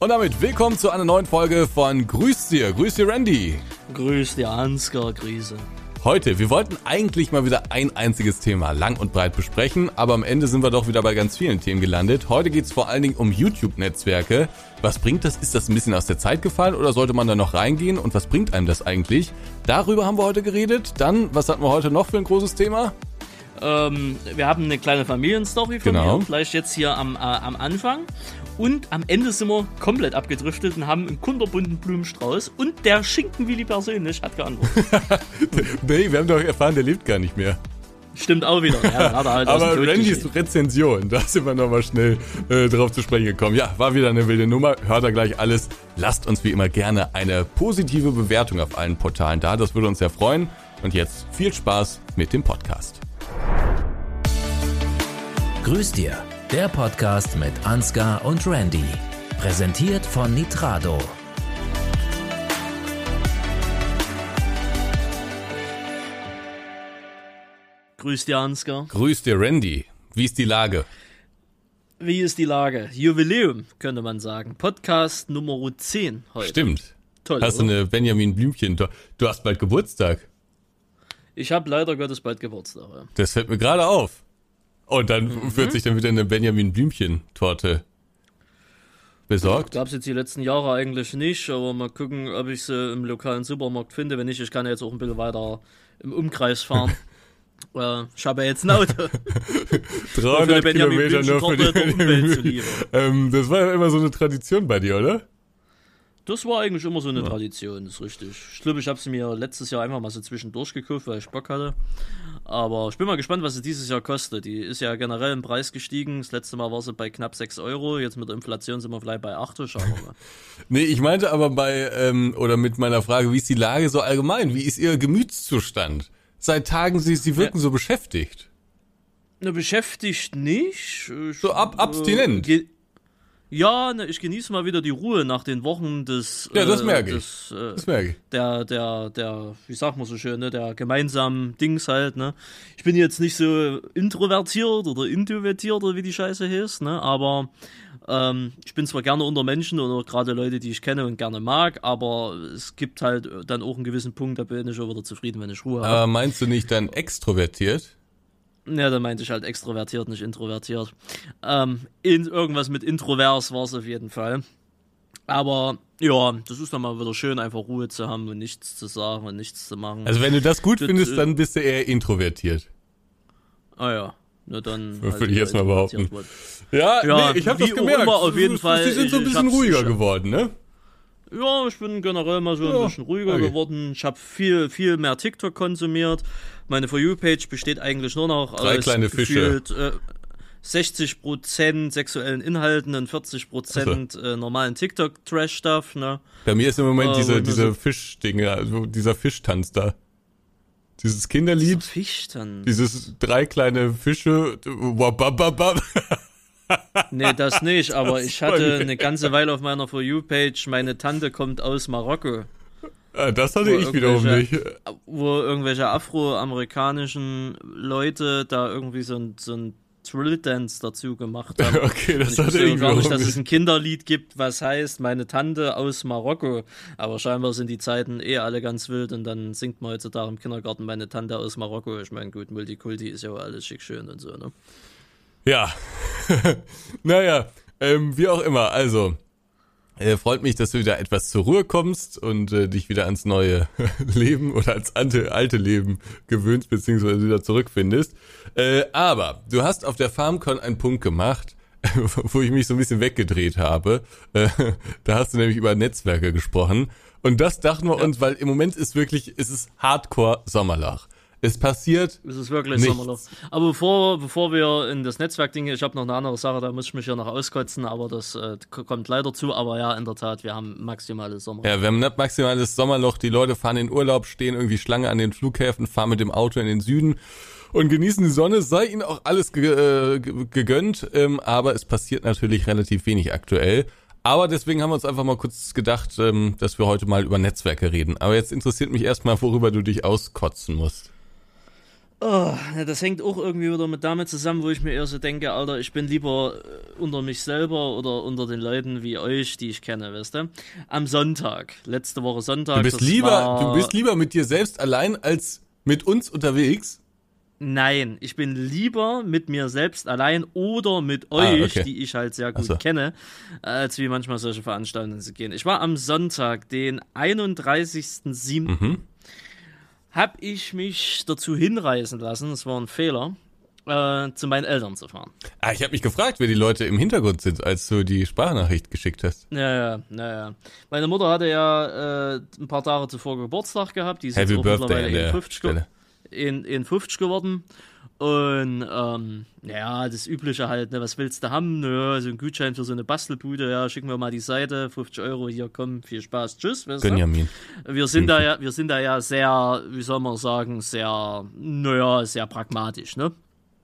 Und damit willkommen zu einer neuen Folge von Grüß dir Randy. Grüß dir Ansgar, Grüße. Heute, wir wollten eigentlich mal wieder ein einziges Thema lang und breit besprechen, aber am Ende sind wir doch wieder bei ganz vielen Themen gelandet. Heute geht es vor allen Dingen um YouTube-Netzwerke. Was bringt das? Ist das ein bisschen aus der Zeit gefallen oder sollte man da noch reingehen? Und was bringt einem das eigentlich? Darüber haben wir heute geredet. Dann, was hatten wir heute noch für ein großes Thema? Wir haben eine kleine Familienstory von mir, vielleicht jetzt hier am Anfang. Und am Ende sind wir komplett abgedriftet und haben einen kunterbunten Blumenstrauß. Und der Schinkenwilli persönlich hat geantwortet. Nee, wir haben doch erfahren, der lebt gar nicht mehr. Stimmt auch wieder. Ja, hat er halt aber Randys Rezension, da sind wir nochmal schnell drauf zu sprechen gekommen. Ja, war wieder eine wilde Nummer. Hört da gleich alles. Lasst uns wie immer gerne eine positive Bewertung auf allen Portalen da. Das würde uns sehr freuen. Und jetzt viel Spaß mit dem Podcast. Grüß dir, der Podcast mit Ansgar und Randy. Präsentiert von Nitrado. Grüß dir Ansgar. Grüß dir Randy. Wie ist die Lage? Wie ist die Lage? Jubiläum, könnte man sagen. Podcast Nummer 10 heute. Stimmt. Toll, hast du eine Benjamin Blümchen? Du hast bald Geburtstag. Ich habe leider Gottes bald Geburtstag. Ja. Das fällt mir gerade auf. Und dann wird sich dann wieder eine Benjamin Blümchen-Torte besorgt. Gab es jetzt die letzten Jahre eigentlich nicht, aber mal gucken, ob ich sie im lokalen Supermarkt finde. Wenn nicht, ich kann ja jetzt auch ein bisschen weiter im Umkreis fahren. Ich habe ja jetzt ein Auto. 300 Kilometer nur für die Benjamin. Das war ja immer so eine Tradition bei dir, oder? Das war eigentlich immer so eine Tradition, das ist richtig. Ich glaube, ich habe sie mir letztes Jahr einfach mal so zwischendurch gekauft, weil ich Bock hatte. Aber ich bin mal gespannt, was sie dieses Jahr kostet. Die ist ja generell im Preis gestiegen. Das letzte Mal war sie bei knapp 6 Euro. Jetzt mit der Inflation sind wir vielleicht bei 8. Schauen wir mal. Nee, ich meinte aber oder mit meiner Frage, wie ist die Lage so allgemein? Wie ist ihr Gemütszustand? Seit Tagen, sie wirken so beschäftigt. Ne, beschäftigt nicht. So abstinent. Ich genieße mal wieder die Ruhe nach den Wochen des... Ja, das merke ich. Das merke ich. Der, wie sagt man so schön, ne, der gemeinsamen Dings halt, ne. Ich bin jetzt nicht so introvertiert oder introvertiert oder wie die Scheiße heißt, ne, aber ich bin zwar gerne unter Menschen oder gerade Leute, die ich kenne und gerne mag, aber es gibt halt dann auch einen gewissen Punkt, da bin ich auch wieder zufrieden, wenn ich Ruhe habe. Aber meinst du nicht dann extrovertiert? Ja, da meinte ich halt extrovertiert, nicht introvertiert. Irgendwas mit Introvers war es auf jeden Fall. Aber ja, das ist dann mal wieder schön, einfach Ruhe zu haben und nichts zu sagen und nichts zu machen. Also wenn du das gut findest, dann bist du eher introvertiert. Ah ja, na dann... Würde ich jetzt mal behaupten. Ja, nee, ich habe das gemerkt. Immer, auf jeden Fall. Sie sind so ein bisschen ruhiger geworden, ne? Ja, ich bin generell mal so ein bisschen ruhiger geworden. Ich habe viel mehr TikTok konsumiert. Meine For You-Page besteht eigentlich nur noch aus kleine Fische. 60% sexuellen Inhalten und 40% normalen TikTok-Trash-Stuff. Ne? Bei mir ist im Moment diese Fischdinge, also dieser Fischtanz da. Dieses Kinderlied. Fischtanz. Dieses 3 kleine Fische. Nee, das nicht, aber ich hatte eine ganze Weile auf meiner For You-Page, meine Tante kommt aus Marokko. Das hatte ich wiederum nicht. Wo irgendwelche afroamerikanischen Leute da irgendwie so ein Trill-Dance dazu gemacht haben. Okay, das hatte ich ich gar nicht, dass es ein Kinderlied gibt, was heißt, meine Tante aus Marokko. Aber scheinbar sind die Zeiten alle ganz wild und dann singt man heutzutage im Kindergarten meine Tante aus Marokko. Ich meine, gut, Multikulti ist ja alles schick schön und so, ne? Ja, naja, wie auch immer, also, freut mich, dass du wieder etwas zur Ruhe kommst und dich wieder ans neue Leben oder ans alte Leben gewöhnst, beziehungsweise wieder zurückfindest. Aber du hast auf der FarmCon einen Punkt gemacht, wo ich mich so ein bisschen weggedreht habe. Da hast du nämlich über Netzwerke gesprochen und das dachten wir uns, weil im Moment ist es Hardcore Sommerloch. Es passiert Es ist wirklich nichts. Sommerloch. Aber bevor wir in das Netzwerkding, ich habe noch eine andere Sache, da muss ich mich ja noch auskotzen, aber das kommt leider zu. Aber ja, in der Tat, wir haben maximales Sommerloch. Ja, wir haben ein maximales Sommerloch. Die Leute fahren in Urlaub, stehen irgendwie Schlange an den Flughäfen, fahren mit dem Auto in den Süden und genießen die Sonne. Sei ihnen auch alles gegönnt, aber es passiert natürlich relativ wenig aktuell. Aber deswegen haben wir uns einfach mal kurz gedacht, dass wir heute mal über Netzwerke reden. Aber jetzt interessiert mich erstmal, worüber du dich auskotzen musst. Oh, das hängt auch irgendwie wieder damit zusammen, wo ich mir eher so denke, Alter, ich bin lieber unter mich selber oder unter den Leuten wie euch, die ich kenne, weißt du? Am Sonntag, letzte Woche Sonntag. Du bist lieber mit dir selbst allein als mit uns unterwegs? Nein, ich bin lieber mit mir selbst allein oder mit euch, die ich halt sehr gut kenne, als wie manchmal solche Veranstaltungen zu gehen. Ich war am Sonntag, den 31.07., habe ich mich dazu hinreißen lassen, das war ein Fehler, zu meinen Eltern zu fahren. Ich habe mich gefragt, wer die Leute im Hintergrund sind, als du die Sprachnachricht geschickt hast. Ja. Meine Mutter hatte ja ein paar Tage zuvor Geburtstag gehabt, die ist Happy jetzt auch Birthday mittlerweile in 50 geworden. Und das Übliche halt, ne, was willst du haben? Nö, so ein Gutschein für so eine Bastelbude, ja, schicken wir mal die Seite, 50 €, hier, komm, viel Spaß, tschüss. Benjamin. Wir sind da ja sehr, wie soll man sagen, sehr pragmatisch, ne?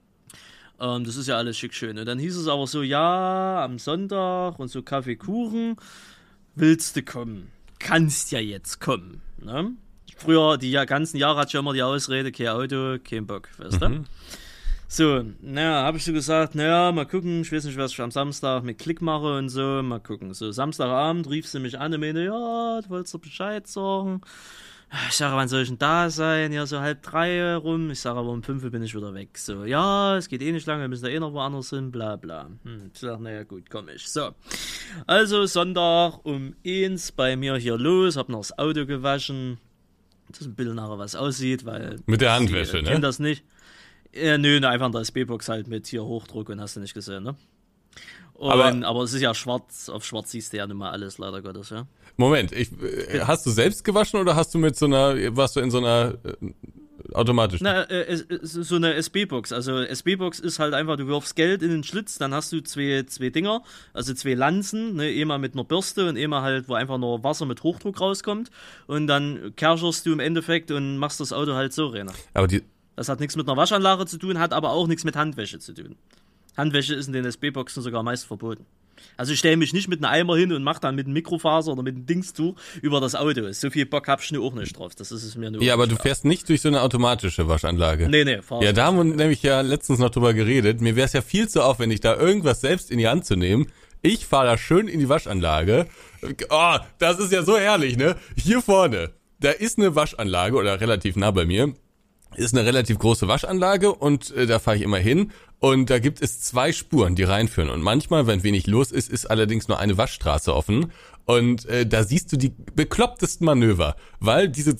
Das ist ja alles schick schön. Und dann hieß es aber so, ja, am Sonntag und so Kaffee, Kuchen, willst du kommen? Kannst ja jetzt kommen, ne? Früher, die ganzen Jahre hatte ich ja immer die Ausrede, kein Auto, kein Bock, weißt du? So, habe ich so gesagt, mal gucken, ich weiß nicht, was ich am Samstag mit Klick mache und so, mal gucken. So, Samstagabend rief sie mich an und meinte, ja, du wolltest doch Bescheid sagen. Ich sage, wann soll ich denn da sein? Ja, so 2:30 rum. Ich sage, aber um 5 bin ich wieder weg. So, ja, es geht eh nicht lange, wir müssen da eh noch woanders hin, bla bla. Ich sage, gut, komm ich. So, also Sonntag um 1 bei mir hier los, hab noch das Auto gewaschen. Das ist ein bisschen nachher, was aussieht, weil... Mit der Handwäsche, ne? Ich kenn das nicht. Nö, einfach eine SB-Box halt mit hier Hochdruck und hast du nicht gesehen, ne? Aber es ist ja schwarz, auf schwarz siehst du ja nicht mal alles, leider Gottes, ja. Moment, hast du selbst gewaschen oder warst du in so einer automatischen? So eine SB-Box. Also SB-Box ist halt einfach, du wirfst Geld in den Schlitz, dann hast du zwei Dinger, also 2 Lanzen, ne, einmal mit einer Bürste und einmal halt, wo einfach nur Wasser mit Hochdruck rauskommt und dann kerscherst du im Endeffekt und machst das Auto halt so rein. Das hat nichts mit einer Waschanlage zu tun, hat aber auch nichts mit Handwäsche zu tun. Handwäsche ist in den SB-Boxen sogar meist verboten. Also ich stelle mich nicht mit einem Eimer hin und mache dann mit einem Mikrofaser oder mit einem Dingstuch über das Auto. So viel Bock hab ich nur auch nicht drauf. Das ist es mir nur. Ja, aber du fährst nicht durch so eine automatische Waschanlage. Nee, fahr. Ja, da haben wir nämlich ja letztens noch drüber geredet. Mir wäre es ja viel zu aufwendig, da irgendwas selbst in die Hand zu nehmen. Ich fahre da schön in die Waschanlage. Oh, das ist ja so herrlich, ne? Hier vorne, da ist eine Waschanlage oder relativ nah bei mir. Ist eine relativ große Waschanlage und da fahre ich immer hin und da gibt es 2 Spuren, die reinführen und manchmal, wenn wenig los ist, ist allerdings nur eine Waschstraße offen und da siehst du die beklopptesten Manöver, weil diese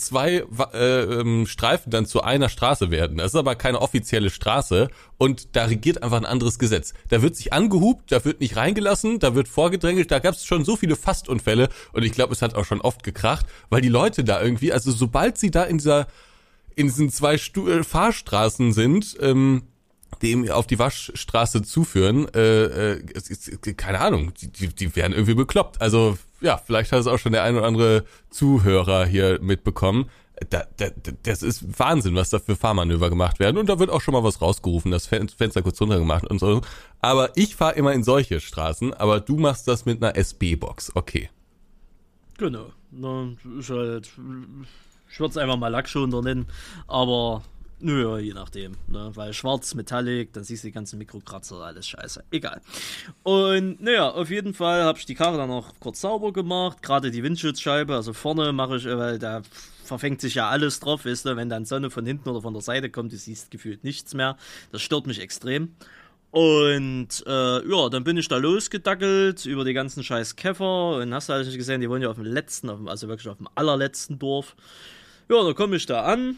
2 Streifen dann zu einer Straße werden. Das ist aber keine offizielle Straße und da regiert einfach ein anderes Gesetz. Da wird sich angehupt, da wird nicht reingelassen, da wird vorgedrängelt, da gab es schon so viele Fastunfälle und ich glaube, es hat auch schon oft gekracht, weil die Leute da irgendwie, also sobald sie da in diesen 2 Fahrstraßen sind, die eben auf die Waschstraße zuführen, keine Ahnung, die werden irgendwie bekloppt. Also ja, vielleicht hat es auch schon der ein oder andere Zuhörer hier mitbekommen. Das ist Wahnsinn, was da für Fahrmanöver gemacht werden. Und da wird auch schon mal was rausgerufen, das Fenster kurz runter gemacht und so. Aber ich fahre immer in solche Straßen, aber du machst das mit einer SB-Box, okay. Genau, ist halt... Ich würde es einfach mal Lackschoner nennen, aber nö, je nachdem, ne? Weil schwarz, Metallic, dann siehst du die ganzen Mikrokratzer, alles scheiße, egal. Und auf jeden Fall habe ich die Karre dann noch kurz sauber gemacht, gerade die Windschutzscheibe, also vorne mache ich, weil da verfängt sich ja alles drauf, weißt du, wenn dann Sonne von hinten oder von der Seite kommt, du siehst gefühlt nichts mehr, das stört mich extrem. Und dann bin ich da losgedackelt über die ganzen scheiß Käfer und hast du alles nicht gesehen, die wohnen ja auf dem letzten, also wirklich auf dem allerletzten Dorf. Ja, dann komme ich da an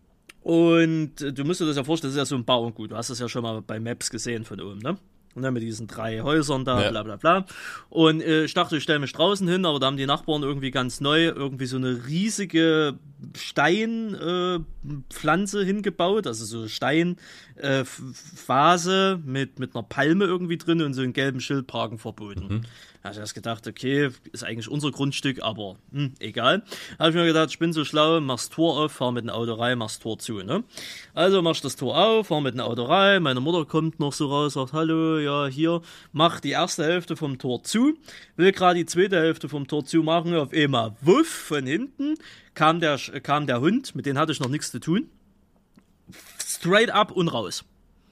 und du musst dir das ja vorstellen, das ist ja so ein Bauerngut. Du hast das ja schon mal bei Maps gesehen von oben, ne? Und dann mit diesen 3 Häusern da, bla bla bla. Und ich dachte, ich stelle mich draußen hin, aber da haben die Nachbarn irgendwie ganz neu irgendwie so eine riesige Steinpflanze hingebaut, also so Steinvase mit einer Palme irgendwie drin und so einen gelben Schildparken verboten. Da habe ich erst gedacht, okay, ist eigentlich unser Grundstück, aber egal. Habe ich mir gedacht, ich bin so schlau, mach's Tor auf, fahr mit dem Auto rein, mach's Tor zu, ne? Also mach ich das Tor auf, fahr mit dem Auto rein, meine Mutter kommt noch so raus, sagt, hallo, ja, hier, mach die erste Hälfte vom Tor zu, will gerade die zweite Hälfte vom Tor zu machen, auf einmal wuff, von hinten kam der Hund, mit dem hatte ich noch nichts zu tun. straight up und raus.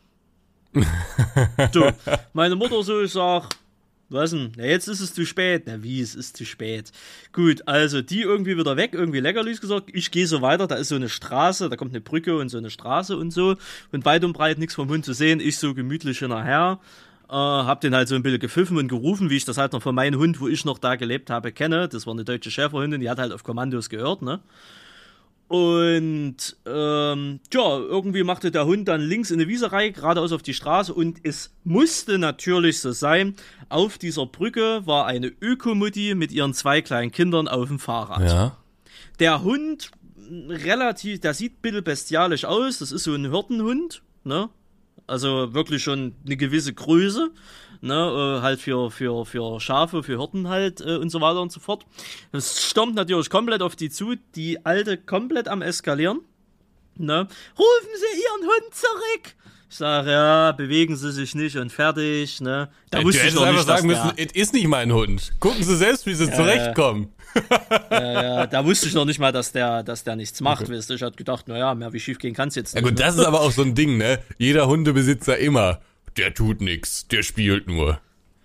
So, meine Mutter so, ich sag, was denn? Na, jetzt ist es zu spät. Na, wie, es ist zu spät. Gut, also die irgendwie wieder weg, irgendwie Leckerlis gesagt. Ich gehe so weiter, da ist so eine Straße, da kommt eine Brücke und so eine Straße und so. Und weit und breit nichts vom Hund zu sehen. Ich so gemütlich hinterher. Hab den halt so ein bisschen gepfiffen und gerufen, wie ich das halt noch von meinem Hund, wo ich noch da gelebt habe, kenne. Das war eine deutsche Schäferhündin, die hat halt auf Kommandos gehört, ne? Und irgendwie machte der Hund dann links in eine Wieserei, geradeaus auf die Straße und es musste natürlich so sein, auf dieser Brücke war eine Ökomutti mit ihren 2 kleinen Kindern auf dem Fahrrad. Ja. Der Hund, der sieht ein bisschen bestialisch aus, das ist so ein Hirtenhund, ne? Also wirklich schon eine gewisse Größe, ne, halt für Schafe, für Hirten halt und so weiter und so fort. Das stürmt natürlich komplett auf die zu, die Alte komplett am Eskalieren, ne. Rufen Sie Ihren Hund zurück! Ich sage, ja, bewegen Sie sich nicht und fertig, ne. Da Du hättest einfach sagen müssen, es ist nicht mein Hund. Gucken Sie selbst, wie Sie zurechtkommen. Ja, da wusste ich noch nicht mal, dass der nichts macht, okay. Wisst ihr. Ich hatte gedacht, naja, mehr wie schief gehen kann's jetzt nicht. Ja gut, das ist aber auch so ein Ding, ne? Jeder Hundebesitzer immer, der tut nix, der spielt nur.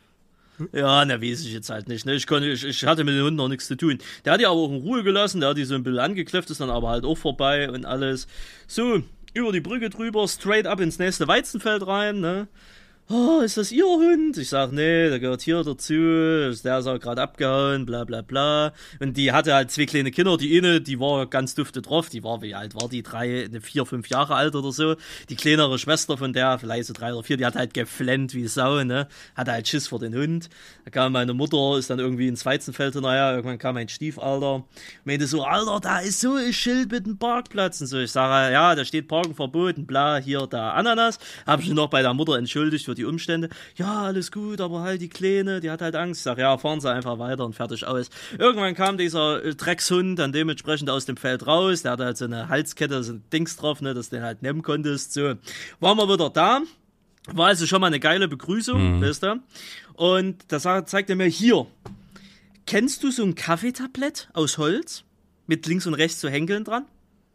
Ja, na, weiß ich jetzt halt nicht, ne? Ich hatte mit den Hunden noch nichts zu tun. Der hat die aber auch in Ruhe gelassen, der hat die so ein bisschen angekläfft, ist dann aber halt auch vorbei und alles. So, über die Brücke drüber, straight up ins nächste Weizenfeld rein, ne? Oh, ist das Ihr Hund? Ich sag, nee, der gehört hier dazu, der ist auch gerade abgehauen, bla bla bla. Und die hatte halt 2 kleine Kinder, die eine, die war ganz dufte drauf, die war, wie alt war die? 4, 5 Jahre alt oder so. Die kleinere Schwester von der, vielleicht so 3 oder 4, die hat halt geflennt wie Sau, ne? Hatte halt Schiss vor den Hund. Da kam meine Mutter, ist dann irgendwie ins Weizenfeld hinterher, irgendwann kam mein Stiefalter, meinte so, Alter, da ist so ein Schild mit dem Parkplatz und so. Ich sage, ja, da steht Parken verboten, bla, hier, da, Ananas. Hab ich mich noch bei der Mutter entschuldigt für die Umstände. Ja, alles gut, aber halt die Kleine, die hat halt Angst. Ich sag, ja, fahren Sie einfach weiter und fertig aus. Irgendwann kam dieser Dreckshund dann dementsprechend aus dem Feld raus. Der hatte halt so eine Halskette, so ein Dings drauf, ne, dass du den halt nehmen konntest. So, waren wir wieder da. War also schon mal eine geile Begrüßung, weißt du? Und da zeigt er mir, hier, kennst du so ein Kaffeetablett aus Holz? Mit links und rechts so Henkeln dran?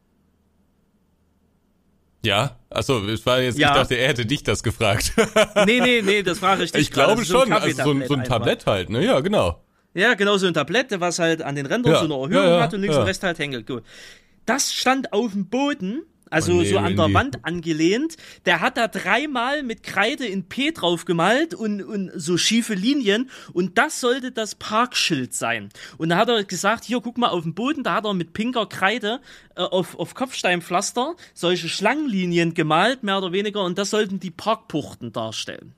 Ja, achso, ich dachte, er hätte dich das gefragt. Nee, das frage ich dich. Ich glaube schon, also so ein Tablett halt, ne? Ja, genau. Ja, genau, so ein Tablett, was halt an den Rändern so eine Erhöhung hat und links und rechts halt hängelt. Gut. Das stand auf dem Boden, also so an der Wand angelehnt. Der hat da 3-mal mit Kreide in P drauf gemalt und so schiefe Linien. Und das sollte das Parkschild sein. Und da hat er gesagt, hier, guck mal auf den Boden, da hat er mit pinker Kreide auf Kopfsteinpflaster solche Schlangenlinien gemalt, mehr oder weniger. Und das sollten die Parkbuchten darstellen.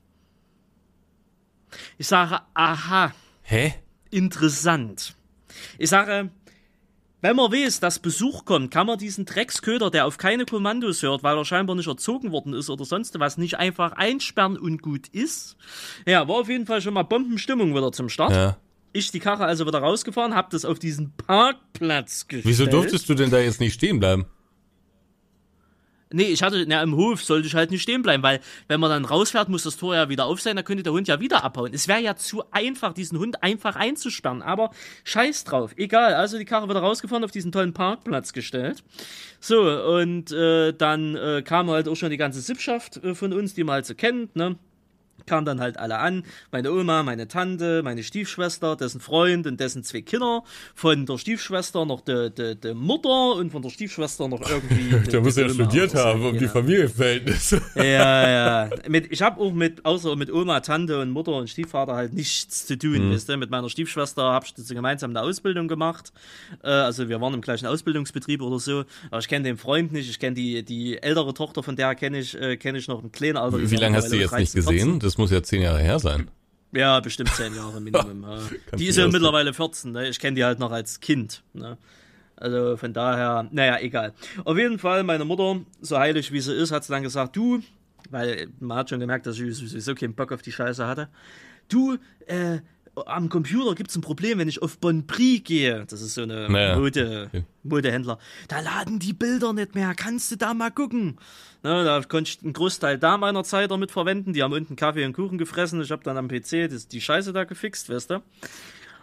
Ich sage, aha. Hä? Interessant. Ich sage, wenn man weiß, dass Besuch kommt, kann man diesen Drecksköder, der auf keine Kommandos hört, weil er scheinbar nicht erzogen worden ist oder sonst was, nicht einfach einsperren und gut ist. Ja, war auf jeden Fall schon mal Bombenstimmung wieder zum Start. Ja. Ich die Karre also wieder rausgefahren, hab das auf diesen Parkplatz gestellt. Wieso durftest du denn da jetzt nicht stehen bleiben? Nee, im Hof sollte ich halt nicht stehen bleiben, weil wenn man dann rausfährt, muss das Tor ja wieder auf sein, dann könnte der Hund ja wieder abhauen. Es wäre ja zu einfach, diesen Hund einfach einzusperren, aber scheiß drauf, egal. Also die Karre wieder rausgefahren, auf diesen tollen Parkplatz gestellt. So, und dann kam halt auch schon die ganze Sippschaft von uns, die man halt so kennt, ne? Kamen dann halt alle an, meine Oma, meine Tante, meine Stiefschwester, dessen Freund und dessen 2 Kinder, von der Stiefschwester noch die Mutter und von der Stiefschwester noch irgendwie der muss ja studiert haben, um die Familienverhältnisse. Ja. Ich habe auch außer mit Oma, Tante und Mutter und Stiefvater halt nichts zu tun, weißt du? Mit meiner Stiefschwester habe ich gemeinsam eine Ausbildung gemacht, also wir waren im gleichen Ausbildungsbetrieb oder so, aber ich kenne den Freund nicht, ich kenne die ältere Tochter von der kenne ich noch im kleinen Alter. Wie lange hast du jetzt nicht gesehen? Das muss ja 10 Jahre her sein. Ja, bestimmt 10 Jahre Minimum. Ja. Die ist ja mittlerweile 14, ne? Ich kenne die halt noch als Kind. Ne? Also von daher, naja, egal. Auf jeden Fall, meine Mutter, so heilig wie sie ist, hat sie dann gesagt, du, weil man hat schon gemerkt, dass ich sowieso keinen Bock auf die Scheiße hatte, du, am Computer gibt's ein Problem, wenn ich auf Bonprix gehe, das ist so eine Modehändler, da laden die Bilder nicht mehr, kannst du da mal gucken? Na, da konnte ich einen Großteil da meiner Zeit damit verwenden, die haben unten Kaffee und Kuchen gefressen, ich habe dann am PC die Scheiße da gefixt, weißt du?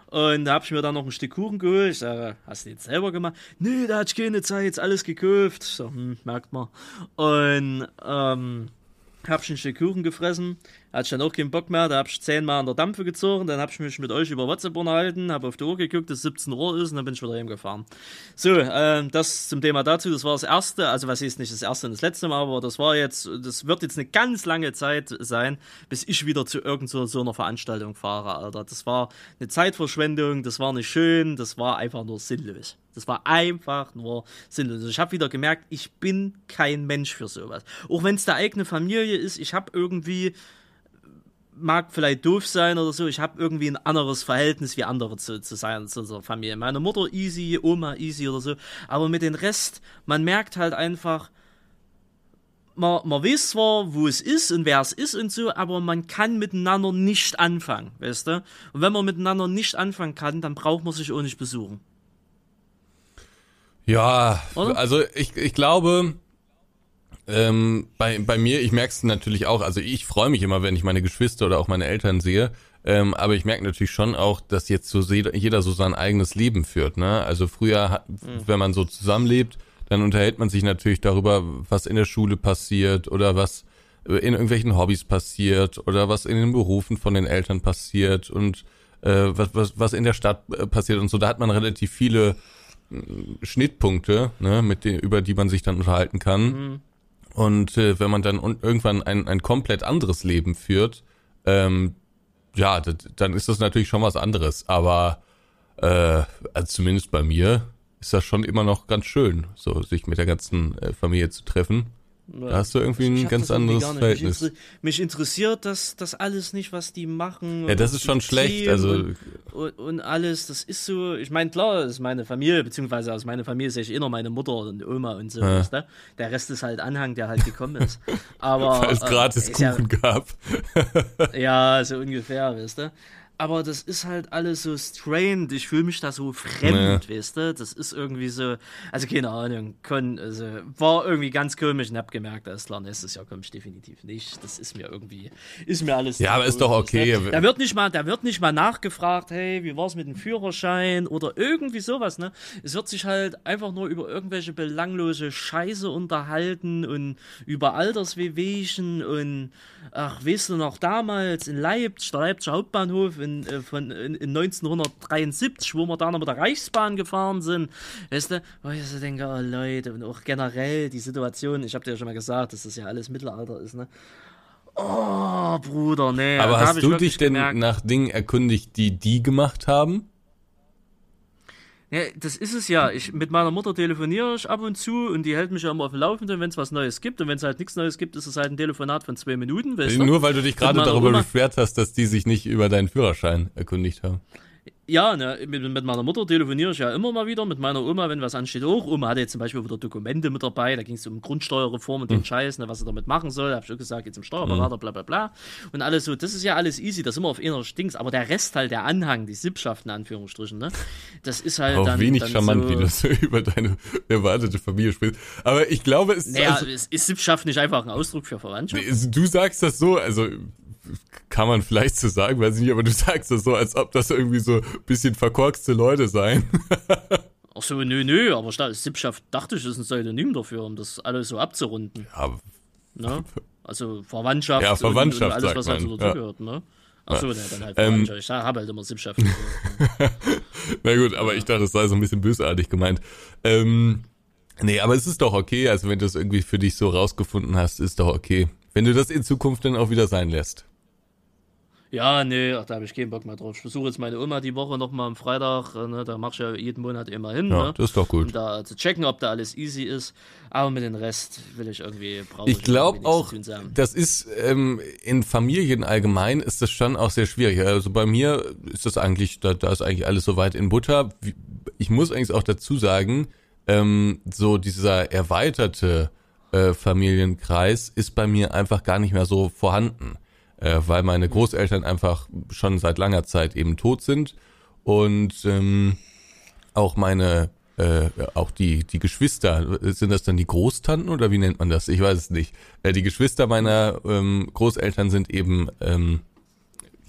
Und da habe ich mir dann noch ein Stück Kuchen geholt. Ich sage, hast du jetzt selber gemacht? Nee, da hatte ich keine Zeit, jetzt alles gekauft. Ich so, merkt man. Und habe ich ein Stück Kuchen gefressen, hatte ich dann auch keinen Bock mehr, da habe ich 10-mal an der Dampfe gezogen, dann habe ich mich mit euch über WhatsApp unterhalten, habe auf die Uhr geguckt, dass es 17 Uhr ist und dann bin ich wieder heimgefahren. So, das zum Thema dazu, das war das erste, also was ist nicht das erste und das letzte Mal, aber das wird jetzt eine ganz lange Zeit sein, bis ich wieder zu irgendeiner so einer Veranstaltung fahre, Alter. Das war eine Zeitverschwendung, das war nicht schön, das war einfach nur sinnlos. Das war einfach nur sinnlos. Ich habe wieder gemerkt, ich bin kein Mensch für sowas. Auch wenn es der eigene Familie ist, ich habe irgendwie, mag vielleicht doof sein oder so, ich habe irgendwie ein anderes Verhältnis wie andere zu unserer Familie. Meine Mutter easy, Oma easy oder so, aber mit dem Rest, man merkt halt einfach, man weiß zwar, wo es ist und wer es ist und so, aber man kann miteinander nicht anfangen, weißt du? Und wenn man miteinander nicht anfangen kann, dann braucht man sich auch nicht besuchen. Ja, oder? Also ich glaube, bei mir, ich merke es natürlich auch, also ich freue mich immer, wenn ich meine Geschwister oder auch meine Eltern sehe, aber ich merke natürlich schon auch, dass jetzt so jeder so sein eigenes Leben führt, ne? Also früher, wenn man so zusammenlebt, dann unterhält man sich natürlich darüber, was in der Schule passiert oder was in irgendwelchen Hobbys passiert oder was in den Berufen von den Eltern passiert und was in der Stadt passiert und so. Da hat man relativ viele Schnittpunkte, ne, über die man sich dann unterhalten kann. Mhm. Und wenn man dann irgendwann ein komplett anderes Leben führt, dann ist das natürlich schon was anderes. Aber also zumindest bei mir ist das schon immer noch ganz schön, so sich mit der ganzen Familie zu treffen. Da hast du irgendwie ein ganz anderes Verhältnis. Mich interessiert das alles nicht, was die machen. Ja, das ist schon schlecht. Also und alles, das ist so, ich meine, klar, das ist meine Familie, beziehungsweise aus meiner Familie sehe ich immer meine Mutter und Oma und so. Weißt du? Der Rest ist halt Anhang, der halt gekommen ist. Aber weil es gratis Kuchen gab. Ja, so ungefähr, weißt du. Aber das ist halt alles so strange. Ich fühle mich da so fremd, weißt du? Das ist irgendwie so, also keine Ahnung, war irgendwie ganz komisch und hab gemerkt, alles klar, nächstes Jahr komme ich definitiv nicht. Das ist mir alles. Ja, aber ist doch okay. Ne? Da wird nicht mal nachgefragt, hey, wie war's mit dem Führerschein oder irgendwie sowas, ne? Es wird sich halt einfach nur über irgendwelche belanglose Scheiße unterhalten und über Alterswehwehchen und ach, weißt du noch, damals in Leipzig, der Leipziger Hauptbahnhof in 1973, wo wir da noch mit der Reichsbahn gefahren sind, weißt du, wo ich so denke, oh Leute, und auch generell die Situation, ich habe dir ja schon mal gesagt, dass das ja alles Mittelalter ist, ne? Oh, Bruder, nee. Aber hast du dich denn nach Dingen erkundigt, die gemacht haben? Ja, das ist es ja. Mit meiner Mutter telefoniere ich ab und zu und die hält mich ja immer auf dem Laufenden, wenn es was Neues gibt. Und wenn es halt nichts Neues gibt, ist es halt ein Telefonat von 2 Minuten. Weißt du? Nur weil du dich gerade darüber beschwert hast, dass die sich nicht über deinen Führerschein erkundigt haben. Ja, ne, mit meiner Mutter telefoniere ich ja immer mal wieder, mit meiner Oma, wenn was ansteht auch. Oma hatte jetzt zum Beispiel wieder Dokumente mit dabei, da ging es um Grundsteuerreform und den Scheiß, ne, was sie damit machen soll. Da habe ich auch gesagt, jetzt im Steuerberater, bla bla bla. Und alles so, das ist ja alles easy, das ist immer auf einer Dings, aber der Rest halt, der Anhang, die Sippschaften, in Anführungsstrichen, ne, das ist halt auch dann wenig dann charmant, so, wie du so über deine erwartete Familie sprichst. Aber ich glaube, es ist Sippschaft nicht einfach ein Ausdruck für Verwandtschaft? Du sagst das so, also kann man vielleicht so sagen, weiß ich nicht, aber du sagst das so, als ob das irgendwie so ein bisschen verkorkste Leute seien. Ach so, nö, aber Sippschaft dachte ich, ist ein Pseudonym dafür, um das alles so abzurunden. Ja. Ne? Also Verwandtschaft, ja, Verwandtschaft und alles, was halt so dazugehört, ne? Achso, ja. Dann halt Verwandtschaft. Ich habe halt immer Sippschaft. Na gut, aber ich dachte, das sei so ein bisschen bösartig gemeint. Nee, aber es ist doch okay, also wenn du es irgendwie für dich so rausgefunden hast, ist doch okay. Wenn du das in Zukunft dann auch wieder sein lässt. Ja, nee, da habe ich keinen Bock mehr drauf. Ich besuche jetzt meine Oma die Woche nochmal am Freitag, ne, da mache ich ja jeden Monat immer hin. Ja, ne, das ist doch gut. Um da zu checken, ob da alles easy ist. Aber mit dem Rest brauche ich glaube auch, das ist in Familien allgemein ist das schon auch sehr schwierig. Also bei mir ist das eigentlich, da ist eigentlich alles soweit in Butter. Ich muss eigentlich auch dazu sagen, so dieser erweiterte Familienkreis ist bei mir einfach gar nicht mehr so vorhanden. Weil meine Großeltern einfach schon seit langer Zeit eben tot sind und auch auch die Geschwister, sind das dann die Großtanten oder wie nennt man das? Ich weiß es nicht. Die Geschwister meiner Großeltern sind eben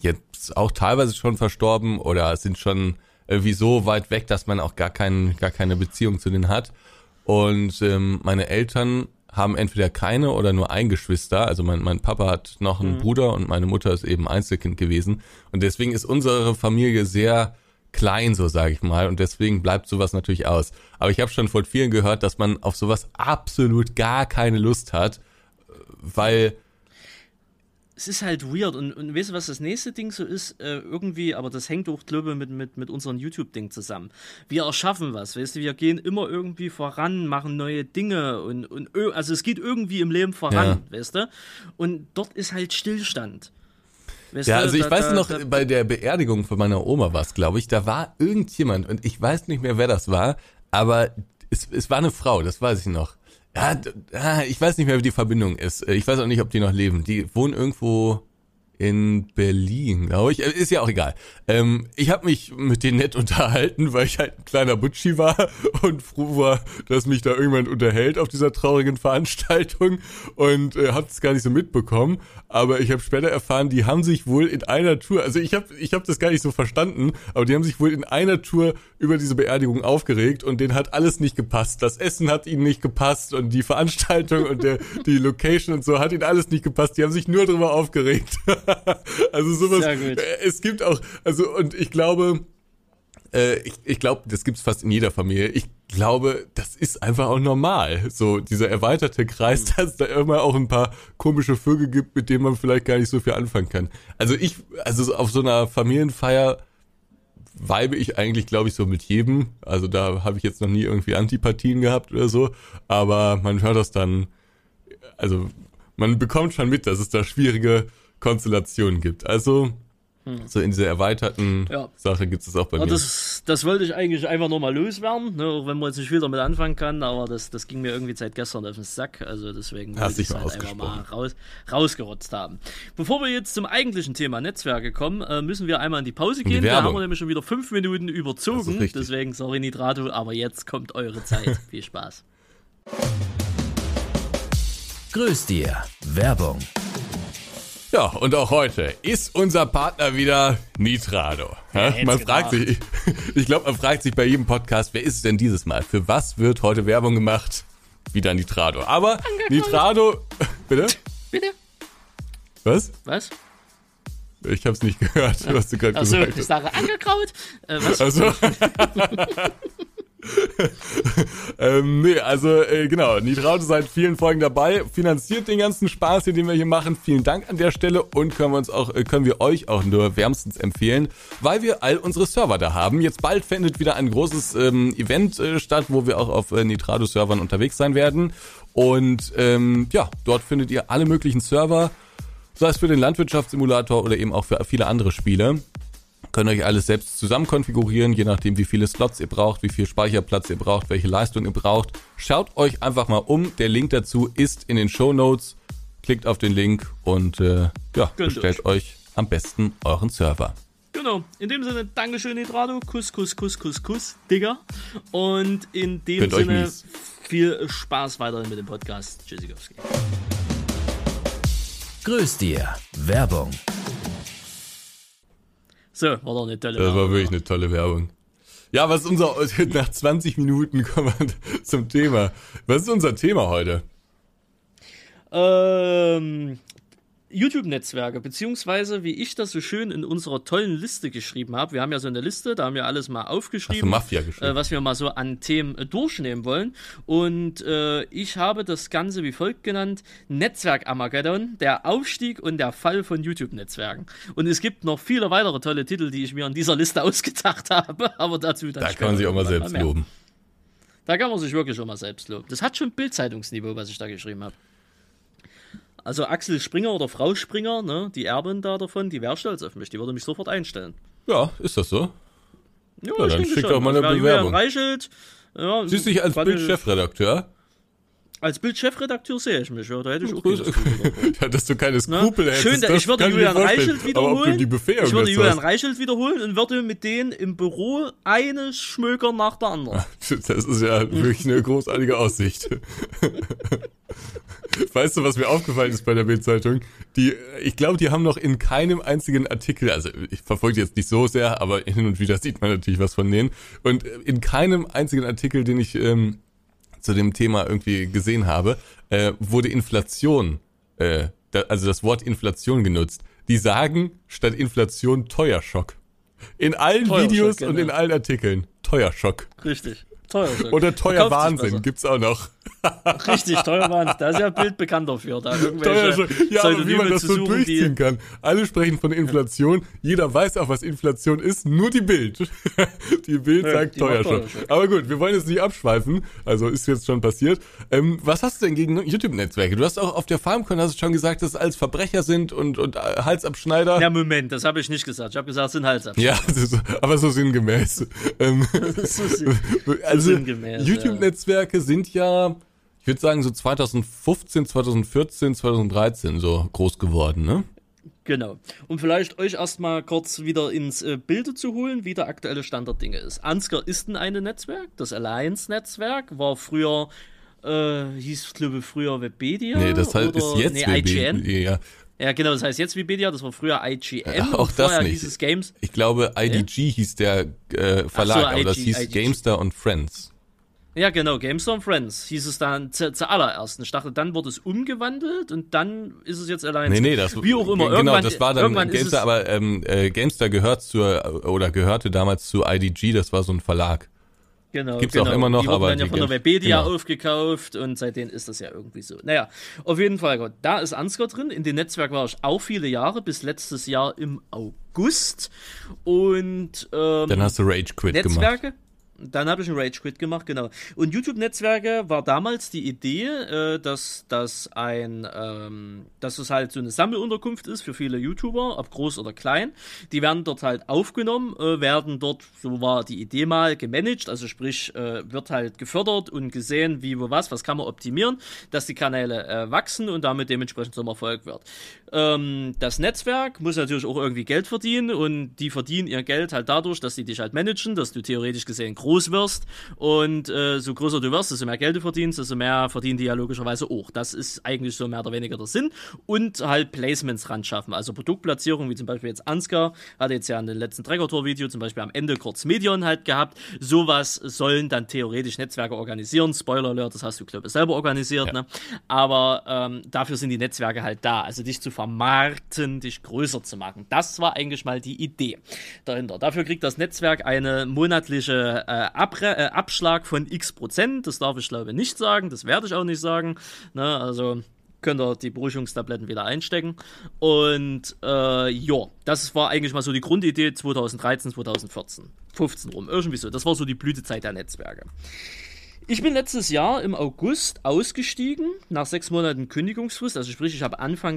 jetzt auch teilweise schon verstorben oder sind schon irgendwie so weit weg, dass man auch gar keine Beziehung zu denen hat. Und meine Eltern haben entweder keine oder nur ein Geschwister. Also mein Papa hat noch einen Bruder und meine Mutter ist eben Einzelkind gewesen. Und deswegen ist unsere Familie sehr klein, so sage ich mal. Und deswegen bleibt sowas natürlich aus. Aber ich habe schon von vielen gehört, dass man auf sowas absolut gar keine Lust hat, weil es ist halt weird und weißt du, was das nächste Ding so ist? Irgendwie, aber das hängt auch, glaube ich, mit unserem YouTube-Ding zusammen. Wir erschaffen was, weißt du, wir gehen immer irgendwie voran, machen neue Dinge und also es geht irgendwie im Leben voran, weißt du? Und dort ist halt Stillstand. Weißt ja, du, also ich weiß noch, bei der Beerdigung von meiner Oma war es, glaube ich, da war irgendjemand und ich weiß nicht mehr, wer das war, aber es war eine Frau, das weiß ich noch. Ja, ich weiß nicht mehr, wie die Verbindung ist. Ich weiß auch nicht, ob die noch leben. Die wohnen irgendwo in Berlin, glaube ich. Ist ja auch egal. Ich habe mich mit denen nett unterhalten, weil ich halt ein kleiner Butschi war und froh war, dass mich da irgendjemand unterhält auf dieser traurigen Veranstaltung und habe es gar nicht so mitbekommen. Aber ich habe später erfahren, die haben sich wohl in einer Tour, also ich hab das gar nicht so verstanden, aber die haben sich wohl in einer Tour über diese Beerdigung aufgeregt und denen hat alles nicht gepasst. Das Essen hat ihnen nicht gepasst und die Veranstaltung und die Location und so hat ihnen alles nicht gepasst. Die haben sich nur drüber aufgeregt. Also sowas, es gibt auch, also und ich glaube, das gibt's fast in jeder Familie. Ich glaube, das ist einfach auch normal. So dieser erweiterte Kreis, dass es da immer auch ein paar komische Vögel gibt, mit denen man vielleicht gar nicht so viel anfangen kann. Also auf so einer Familienfeier vibe ich eigentlich, glaube ich, so mit jedem. Also da habe ich jetzt noch nie irgendwie Antipathien gehabt oder so. Aber man hört das dann, also man bekommt schon mit, dass es da schwierige Konstellationen gibt. Also so in dieser erweiterten Sache gibt es auch bei mir. Das wollte ich eigentlich einfach nur mal loswerden, ne, auch wenn man jetzt nicht viel damit anfangen kann, aber das ging mir irgendwie seit gestern auf den Sack, also deswegen wollte ich es halt einfach mal rausgerotzt haben. Bevor wir jetzt zum eigentlichen Thema Netzwerke kommen, müssen wir einmal in die Pause gehen. Da haben wir nämlich schon wieder 5 Minuten überzogen, deswegen sorry Nitrato, aber jetzt kommt eure Zeit. Viel Spaß. Grüß dir. Werbung. Ja, und auch heute ist unser Partner wieder Nitrado. Ja, man fragt sich, ich glaube, man fragt sich bei jedem Podcast, wer ist es denn dieses Mal? Für was wird heute Werbung gemacht? Wieder Nitrado. Aber Nitrado, bitte? Bitte? Was? Ich hab's nicht gehört, was du gerade gesagt hast. Ich sage angekraut. Was? Also. Genau, Nitrado seit vielen Folgen dabei, finanziert den ganzen Spaß, den wir hier machen. Vielen Dank an der Stelle und können wir euch auch nur wärmstens empfehlen, weil wir all unsere Server da haben. Jetzt bald findet wieder ein großes Event statt, wo wir auch auf Nitrado-Servern unterwegs sein werden. Und dort findet ihr alle möglichen Server, sei es für den Landwirtschaftssimulator oder eben auch für viele andere Spiele. Könnt euch alles selbst zusammen konfigurieren, je nachdem wie viele Slots ihr braucht, wie viel Speicherplatz ihr braucht, welche Leistung ihr braucht. Schaut euch einfach mal um, der Link dazu ist in den Shownotes. Klickt auf den Link und bestellt euch am besten euren Server. Genau, in dem Sinne, Dankeschön Nitrado, Kuss, Digga. Und in dem Sinne, viel Spaß weiterhin mit dem Podcast. Tschüssikowski. Grüß dir. Werbung. So, war doch eine tolle Werbung. Das war wirklich oder? eine tolle Werbung. Ja, nach 20 Minuten kommen wir zum Thema. Was ist unser Thema heute? YouTube-Netzwerke, beziehungsweise wie ich das so schön in unserer tollen Liste geschrieben habe. Wir haben ja so eine Liste, da haben wir alles mal aufgeschrieben, Mafia geschrieben. Was wir mal so an Themen durchnehmen wollen. Und ich habe das Ganze wie folgt genannt: Netzwerk-Armageddon, der Aufstieg und der Fall von YouTube-Netzwerken. Und es gibt noch viele weitere tolle Titel, die ich mir an dieser Liste ausgedacht habe, aber dazu dann Da kann man sich auch mal selbst loben. Da kann man sich wirklich auch mal selbst loben. Das hat schon Bild-Zeitungsniveau, was ich da geschrieben habe. Also Axel Springer oder Frau Springer, ne, die Erbin da davon, die wäre stolz auf mich, die würde mich sofort einstellen. Ja, ist das so? Ja, dann schick doch mal eine Bewerbung. Julian Reichelt, ja, siehst du dich als Bild-Chefredakteur? Als Bild-Chefredakteur sehe ich mich, ja, da hätte ich auch ja, dass du keine Skrupel hättest. Schön, ich würde Julian Reichelt wiederholen. Ich würde Julian Reichelt wiederholen und würde mit denen im Büro eine Schmöker nach der anderen. Das ist ja wirklich eine großartige Aussicht. Weißt du, was mir aufgefallen ist bei der Bild-Zeitung? Ich glaube, die haben noch in keinem einzigen Artikel, also ich verfolge die jetzt nicht so sehr, aber hin und wieder sieht man natürlich was von denen. Und in keinem einzigen Artikel, den ich zu dem Thema irgendwie gesehen habe, wurde Inflation, also das Wort Inflation genutzt. Die sagen statt Inflation Teuerschock. In allen Videos und in allen Artikeln. Teuerschock. Richtig. Teuerschock. Oder Teuerwahnsinn gibt's auch noch. Richtig, Teuerwahnsinn. Da ist ja Bild bekannt dafür. Da Teuerschock. Ja, aber wie man das so durchziehen kann. Alle sprechen von Inflation. Jeder weiß auch, was Inflation ist. Nur die Bild. Die Bild sagt Teuerschock. Aber gut, wir wollen jetzt nicht abschweifen. Also ist jetzt schon passiert. Was hast du denn gegen YouTube-Netzwerke? Du hast auch auf der FarmCon hast du schon gesagt, dass es alles Verbrecher sind und Halsabschneider. Ja, Moment, das habe ich nicht gesagt. Ich habe gesagt, es sind Halsabschneider. Ja, aber so sinngemäß. Also YouTube-Netzwerke sind ja, ich würde sagen, so 2015, 2014, 2013 so groß geworden, ne? Genau. Um vielleicht euch erstmal kurz wieder ins Bilde zu holen, wie der aktuelle Stand der Dinge ist. Ansgar ist in einem Netzwerk, das Alliance-Netzwerk, war früher, hieß glaube ich früher Webedia. Nee, das heißt, ist jetzt IGN. Ja. Ja, genau, das heißt jetzt Webedia, das war früher IGN. Auch das nicht. Hieß es Games. Ich glaube, IDG hieß der Verlag, aber das hieß IDG. Gamestar und Friends. Ja, genau, Gamestar und Friends hieß es dann zuallererst. Ich dachte, dann wurde es umgewandelt und dann ist es jetzt allein. Nee, das wie auch immer. Genau, das war dann Gamestar, aber Gamestar gehörte damals zu IDG, das war so ein Verlag. Genau, gibt's auch immer noch, die aber dann ja von der Webedia aufgekauft und seitdem ist das ja irgendwie so. Naja, auf jeden Fall, Gott, da ist Ansgar drin. In dem Netzwerk war ich auch viele Jahre, bis letztes Jahr im August. Und dann hast du Rage Quit Netzwerke gemacht. Dann habe ich einen Rage Quit gemacht, genau. Und YouTube-Netzwerke war damals die Idee, dass es halt so eine Sammelunterkunft ist für viele YouTuber, ob groß oder klein. Die werden dort halt aufgenommen, werden dort, so war die Idee mal, gemanagt, also sprich, wird halt gefördert und gesehen, wie, wo, was kann man optimieren, dass die Kanäle wachsen und damit dementsprechend zum Erfolg wird. Das Netzwerk muss natürlich auch irgendwie Geld verdienen und die verdienen ihr Geld halt dadurch, dass die dich halt managen, dass du theoretisch gesehen groß wirst und so größer du wirst, desto mehr Geld du verdienst, desto mehr verdienen die ja logischerweise auch. Das ist eigentlich so mehr oder weniger der Sinn und halt Placements ran schaffen, also Produktplatzierung, wie zum Beispiel jetzt Ansgar, hatte jetzt ja in dem letzten Trekker-Tor-Video zum Beispiel am Ende kurz Medion halt gehabt, sowas sollen dann theoretisch Netzwerke organisieren, Spoiler Alert, das hast du glaube ich selber organisiert, ja. Ne? Aber dafür sind die Netzwerke halt da, also dich zu vermarkten, dich größer zu machen. Das war eigentlich mal die Idee dahinter. Dafür kriegt das Netzwerk eine monatliche Abschlag von x%. Das darf ich glaube nicht sagen, das werde ich auch nicht sagen. Ne? Also könnt ihr die Beruhigungstabletten wieder einstecken. Und das war eigentlich mal so die Grundidee 2013, 2014, 15 rum, irgendwie so. Das war so die Blütezeit der Netzwerke. Ich bin letztes Jahr im August ausgestiegen, nach 6 Monaten Kündigungsfrist, also sprich, ich habe Anfang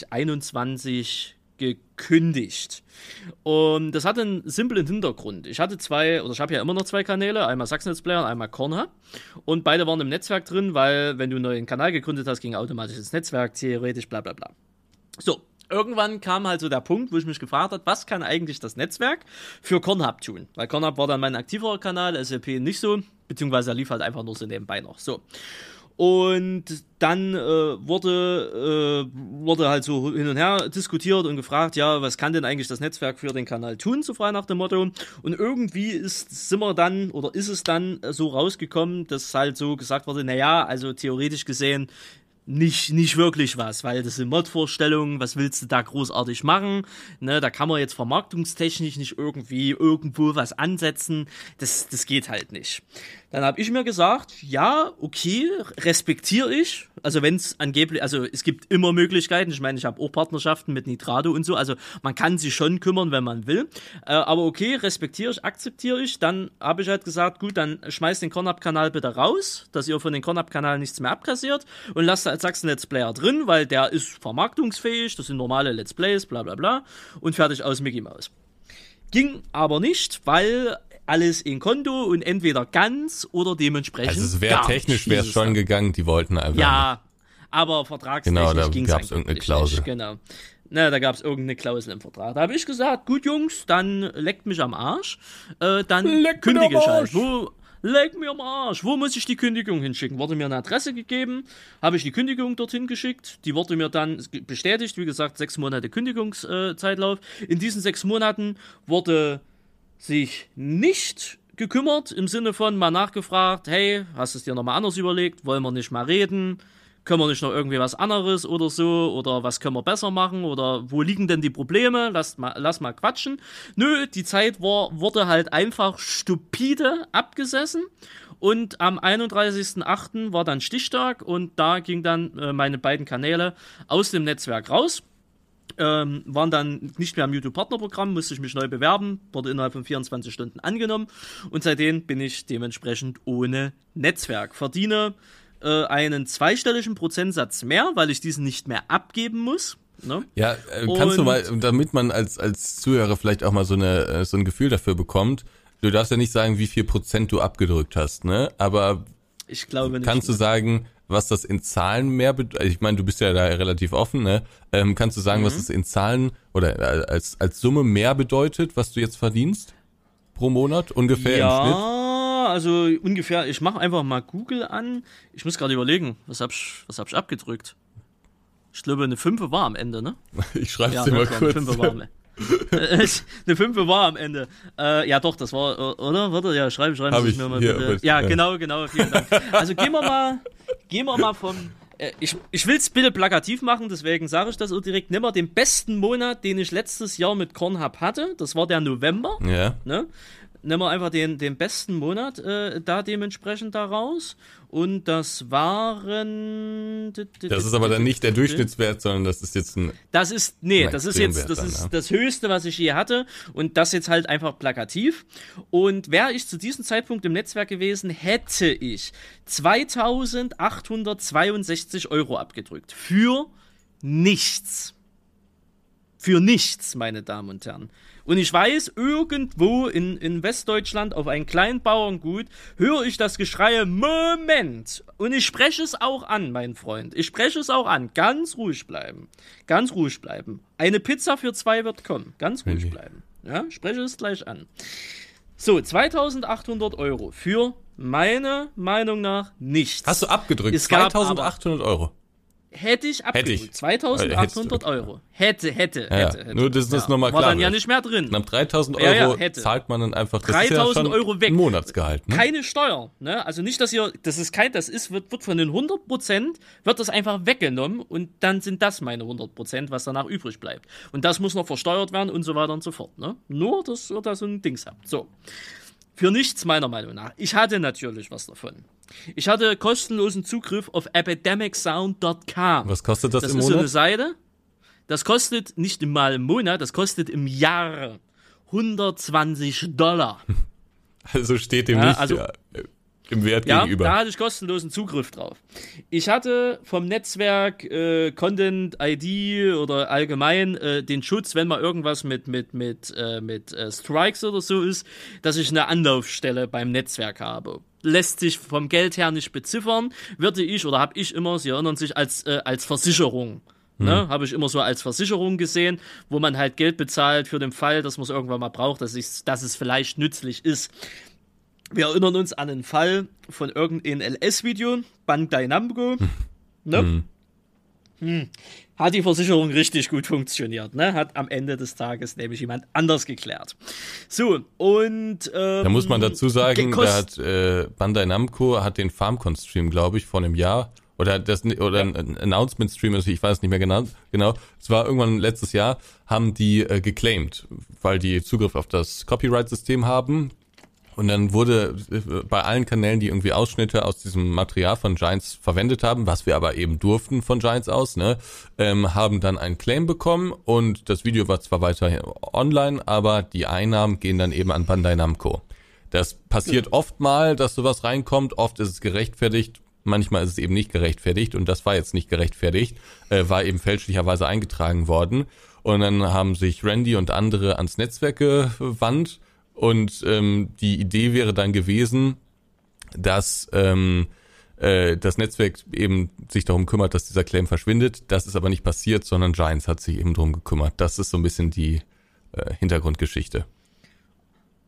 2021 gekündigt. Und das hatte einen simplen Hintergrund. Ich habe ja immer noch 2 Kanäle, einmal Sachsen Let's Player und einmal Kornhub. Und beide waren im Netzwerk drin, weil wenn du einen neuen Kanal gegründet hast, ging automatisch ins Netzwerk, theoretisch, bla bla bla. So, irgendwann kam halt so der Punkt, wo ich mich gefragt habe, was kann eigentlich das Netzwerk für Kornhub tun? Weil Kornhub war dann mein aktiverer Kanal, SLP nicht so, beziehungsweise er lief halt einfach nur so nebenbei noch. So. Und dann wurde halt so hin und her diskutiert und gefragt, ja, was kann denn eigentlich das Netzwerk für den Kanal tun, so frei nach dem Motto. Und irgendwie ist es dann so rausgekommen, dass halt so gesagt wurde, naja, also theoretisch gesehen nicht wirklich was, weil das sind Mod-Vorstellungen, was willst du da großartig machen, ne, da kann man jetzt vermarktungstechnisch nicht irgendwo was ansetzen, das geht halt nicht. Dann habe ich mir gesagt, ja, okay, respektiere ich, also wenn es angeblich, also es gibt immer Möglichkeiten, ich meine, ich habe auch Partnerschaften mit Nitrado und so, also man kann sich schon kümmern, wenn man will, aber okay, respektiere ich, akzeptiere ich, dann habe ich halt gesagt, gut, dann schmeißt den Kornhub-Kanal bitte raus, dass ihr von den Kornhub-Kanal nichts mehr abkassiert und lasst als Sachsen Let's Player drin, weil der ist vermarktungsfähig, das sind normale Let's Plays, bla bla bla und fertig aus Mickey Mouse. Ging aber nicht, weil alles in Konto und entweder ganz oder dementsprechend also es wäre technisch wäre es schon gegangen, die wollten einfach ja, nicht. Aber vertragstechnisch ging es da gab es irgendeine Klausel. Nicht, genau. Na, da gab es irgendeine Klausel im Vertrag. Da habe ich gesagt, gut Jungs, dann leckt mich am Arsch, dann kündige ich halt. Leg mir am Arsch. Wo muss ich die Kündigung hinschicken? Wurde mir eine Adresse gegeben, habe ich die Kündigung dorthin geschickt. Die wurde mir dann bestätigt. Wie gesagt, 6 Monate Kündigungszeitlauf. In diesen 6 Monaten wurde sich nicht gekümmert, im Sinne von mal nachgefragt, hey, hast du es dir nochmal anders überlegt? Wollen wir nicht mal reden? Können wir nicht noch irgendwie was anderes oder so? Oder was können wir besser machen? Oder wo liegen denn die Probleme? Lass mal quatschen. Nö, die Zeit wurde halt einfach stupide abgesessen. Und am 31.08. war dann Stichtag und da ging dann meine beiden Kanäle aus dem Netzwerk raus. Waren dann nicht mehr im YouTube-Partnerprogramm, musste ich mich neu bewerben, wurde innerhalb von 24 Stunden angenommen und seitdem bin ich dementsprechend ohne Netzwerk. Verdiene einen zweistelligen Prozentsatz mehr, weil ich diesen nicht mehr abgeben muss. Ne? Ja, kannst du mal, damit man als Zuhörer vielleicht auch mal so ein Gefühl dafür bekommt, du darfst ja nicht sagen, wie viel Prozent du abgedrückt hast, ne? Aber ich glaube nicht. Kannst du sagen, was das in Zahlen mehr bedeutet? Ich meine, du bist ja da relativ offen, ne? Kannst du sagen, was das in Zahlen oder als Summe mehr bedeutet, was du jetzt verdienst pro Monat ungefähr im Schnitt? Ja, also ungefähr. Ich mache einfach mal Google an. Ich muss gerade überlegen, was hab ich abgedrückt? Ich glaube, eine 5 war am Ende, ne? Ich schreibe dir mal kurz. Eine 5 war eine 5 war am Ende. Ja, doch, das war, oder? Warte, ja, schreibe ich mir mal bitte. Ja, genau, vielen Dank. Also gehen wir mal vom. Ich will es bitte plakativ machen, deswegen sage ich das auch direkt. Nimm mal den besten Monat, den ich letztes Jahr mit Kornhub hatte. Das war der November. Ja. Ne? Nimm mal einfach den besten Monat da dementsprechend daraus. Und das waren. Das ist aber dann nicht der Durchschnittswert, sondern das ist jetzt das ist das Höchste, was ich je hatte. Und das jetzt halt einfach plakativ. Und wäre ich zu diesem Zeitpunkt im Netzwerk gewesen, hätte ich 2.862 € abgedrückt. Für nichts. Für nichts, meine Damen und Herren. Und ich weiß, irgendwo in Westdeutschland auf einem kleinen Bauerngut höre ich das Geschrei, Moment. Und ich spreche es auch an, mein Freund. Ich spreche es auch an. Ganz ruhig bleiben. Ganz ruhig bleiben. Eine Pizza für 2 wird kommen. Ganz ruhig bleiben. Ja, spreche es gleich an. So, 2.800 € für meine Meinung nach nichts. Hast du abgedrückt? 2.800 €? Hätte ich abgedrückt. 2.800 €. Hätte. Nur, dass das nochmal klar war dann ja nicht mehr drin. Knapp 3.000 € zahlt man dann einfach, das 3.000 ist ja schon € weg. Ein Monatsgehalt. Ne? Keine Steuer. Ne? Also nicht, dass wird von den 100% wird das einfach weggenommen und dann sind das meine 100%, was danach übrig bleibt. Und das muss noch versteuert werden und so weiter und so fort. Ne? Nur, dass ihr da so ein Dings habt. So. Für nichts meiner Meinung nach. Ich hatte natürlich was davon. Ich hatte kostenlosen Zugriff auf epidemicsound.com. Was kostet das im Monat? Das ist so eine Seite. Das kostet nicht mal im Monat, das kostet im Jahr $120. Also steht dem nicht im Wert gegenüber. Da hatte ich kostenlosen Zugriff drauf. Ich hatte vom Netzwerk Content ID oder allgemein den Schutz, wenn mal irgendwas mit Strikes oder so ist, dass ich eine Anlaufstelle beim Netzwerk habe. Lässt sich vom Geld her nicht beziffern, habe ich immer, Sie erinnern sich, als Versicherung. Ne, habe ich immer so als Versicherung gesehen, wo man halt Geld bezahlt für den Fall, dass man es irgendwann mal braucht, dass es vielleicht nützlich ist. Wir erinnern uns an einen Fall von irgendeinem LS-Video, Bandai Namco. Ne? Hat die Versicherung richtig gut funktioniert. Ne? Hat am Ende des Tages nämlich jemand anders geklärt. So, und da muss man dazu sagen, Bandai Namco hat den FarmCon-Stream, glaube ich, vor einem Jahr oder ein Announcement-Stream, also ich weiß nicht mehr genau. Es war irgendwann letztes Jahr, haben die geclaimed, weil die Zugriff auf das Copyright-System haben. Und dann wurde bei allen Kanälen, die irgendwie Ausschnitte aus diesem Material von Giants verwendet haben, was wir aber eben durften von Giants aus, ne, haben dann einen Claim bekommen und das Video war zwar weiterhin online, aber die Einnahmen gehen dann eben an Bandai Namco. Das passiert oft mal, dass sowas reinkommt, oft ist es gerechtfertigt, manchmal ist es eben nicht gerechtfertigt und das war jetzt nicht gerechtfertigt, war eben fälschlicherweise eingetragen worden und dann haben sich Randy und andere ans Netzwerk gewandt. Und die Idee wäre dann gewesen, dass das Netzwerk eben sich darum kümmert, dass dieser Claim verschwindet. Das ist aber nicht passiert, sondern Giants hat sich eben darum gekümmert. Das ist so ein bisschen die Hintergrundgeschichte.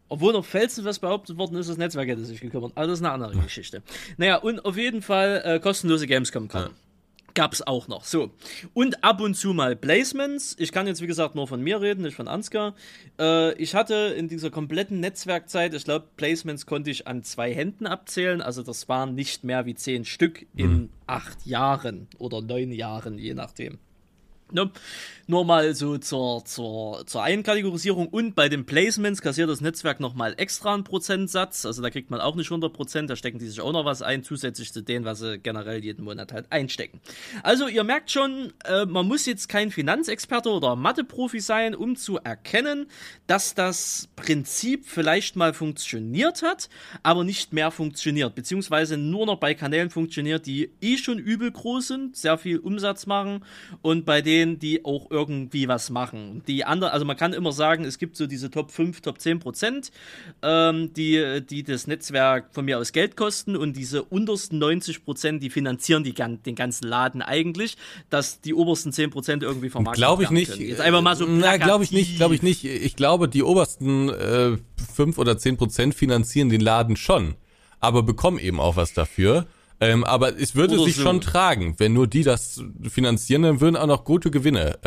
Obwohl noch felsenfest behauptet worden ist, das Netzwerk hätte sich gekümmert. Aber das ist eine andere Geschichte. Naja, und auf jeden Fall kostenlose Gamescom kommen. Gab es auch noch. So. Und ab und zu mal Placements. Ich kann jetzt, wie gesagt, nur von mir reden, nicht von Ansgar. Ich hatte in dieser kompletten Netzwerkzeit, ich glaube, Placements konnte ich an 2 Händen abzählen. Also das waren nicht mehr wie 10 Stück in 8 Jahren oder 9 Jahren, je nachdem. Ne? Nur mal so zur Einkategorisierung, und bei den Placements kassiert das Netzwerk nochmal extra einen Prozentsatz, also da kriegt man auch nicht 100%, da stecken die sich auch noch was ein, zusätzlich zu denen, was sie generell jeden Monat halt einstecken. Also ihr merkt schon, man muss jetzt kein Finanzexperte oder Mathe-Profi sein, um zu erkennen, dass das Prinzip vielleicht mal funktioniert hat, aber nicht mehr funktioniert, beziehungsweise nur noch bei Kanälen funktioniert, die schon übel groß sind, sehr viel Umsatz machen, und bei denen, die auch irgendwie was machen. Die anderen, also man kann immer sagen, es gibt so diese Top 5, Top 10%, die das Netzwerk von mir aus Geld kosten, und diese untersten 90%, die finanzieren den ganzen Laden eigentlich, dass die obersten 10% irgendwie vermarktet werden. Glaube ich nicht. Jetzt einfach mal so glaube ich nicht. Ich glaube, die obersten 5 oder 10% finanzieren den Laden schon, aber bekommen eben auch was dafür. Aber es würde sich schon tragen, wenn nur die das finanzieren, dann würden auch noch gute Gewinne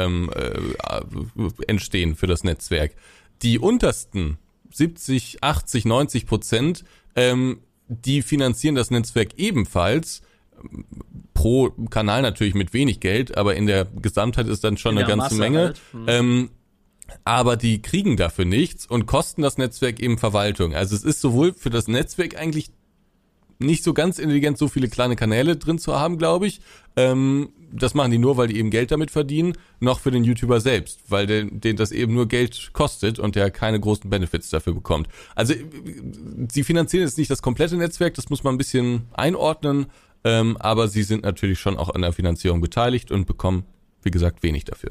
entstehen für das Netzwerk. Die untersten 70, 80, 90%, die finanzieren das Netzwerk ebenfalls, pro Kanal natürlich mit wenig Geld, aber in der Gesamtheit ist dann schon eine ganze Menge. Halt. Aber die kriegen dafür nichts und kosten das Netzwerk eben Verwaltung. Also es ist sowohl für das Netzwerk eigentlich nicht so ganz intelligent, so viele kleine Kanäle drin zu haben, glaube ich. Das machen die nur, weil die eben Geld damit verdienen, noch für den YouTuber selbst, weil den das eben nur Geld kostet und der keine großen Benefits dafür bekommt. Also sie finanzieren jetzt nicht das komplette Netzwerk, das muss man ein bisschen einordnen, aber sie sind natürlich schon auch an der Finanzierung beteiligt und bekommen, wie gesagt, wenig dafür.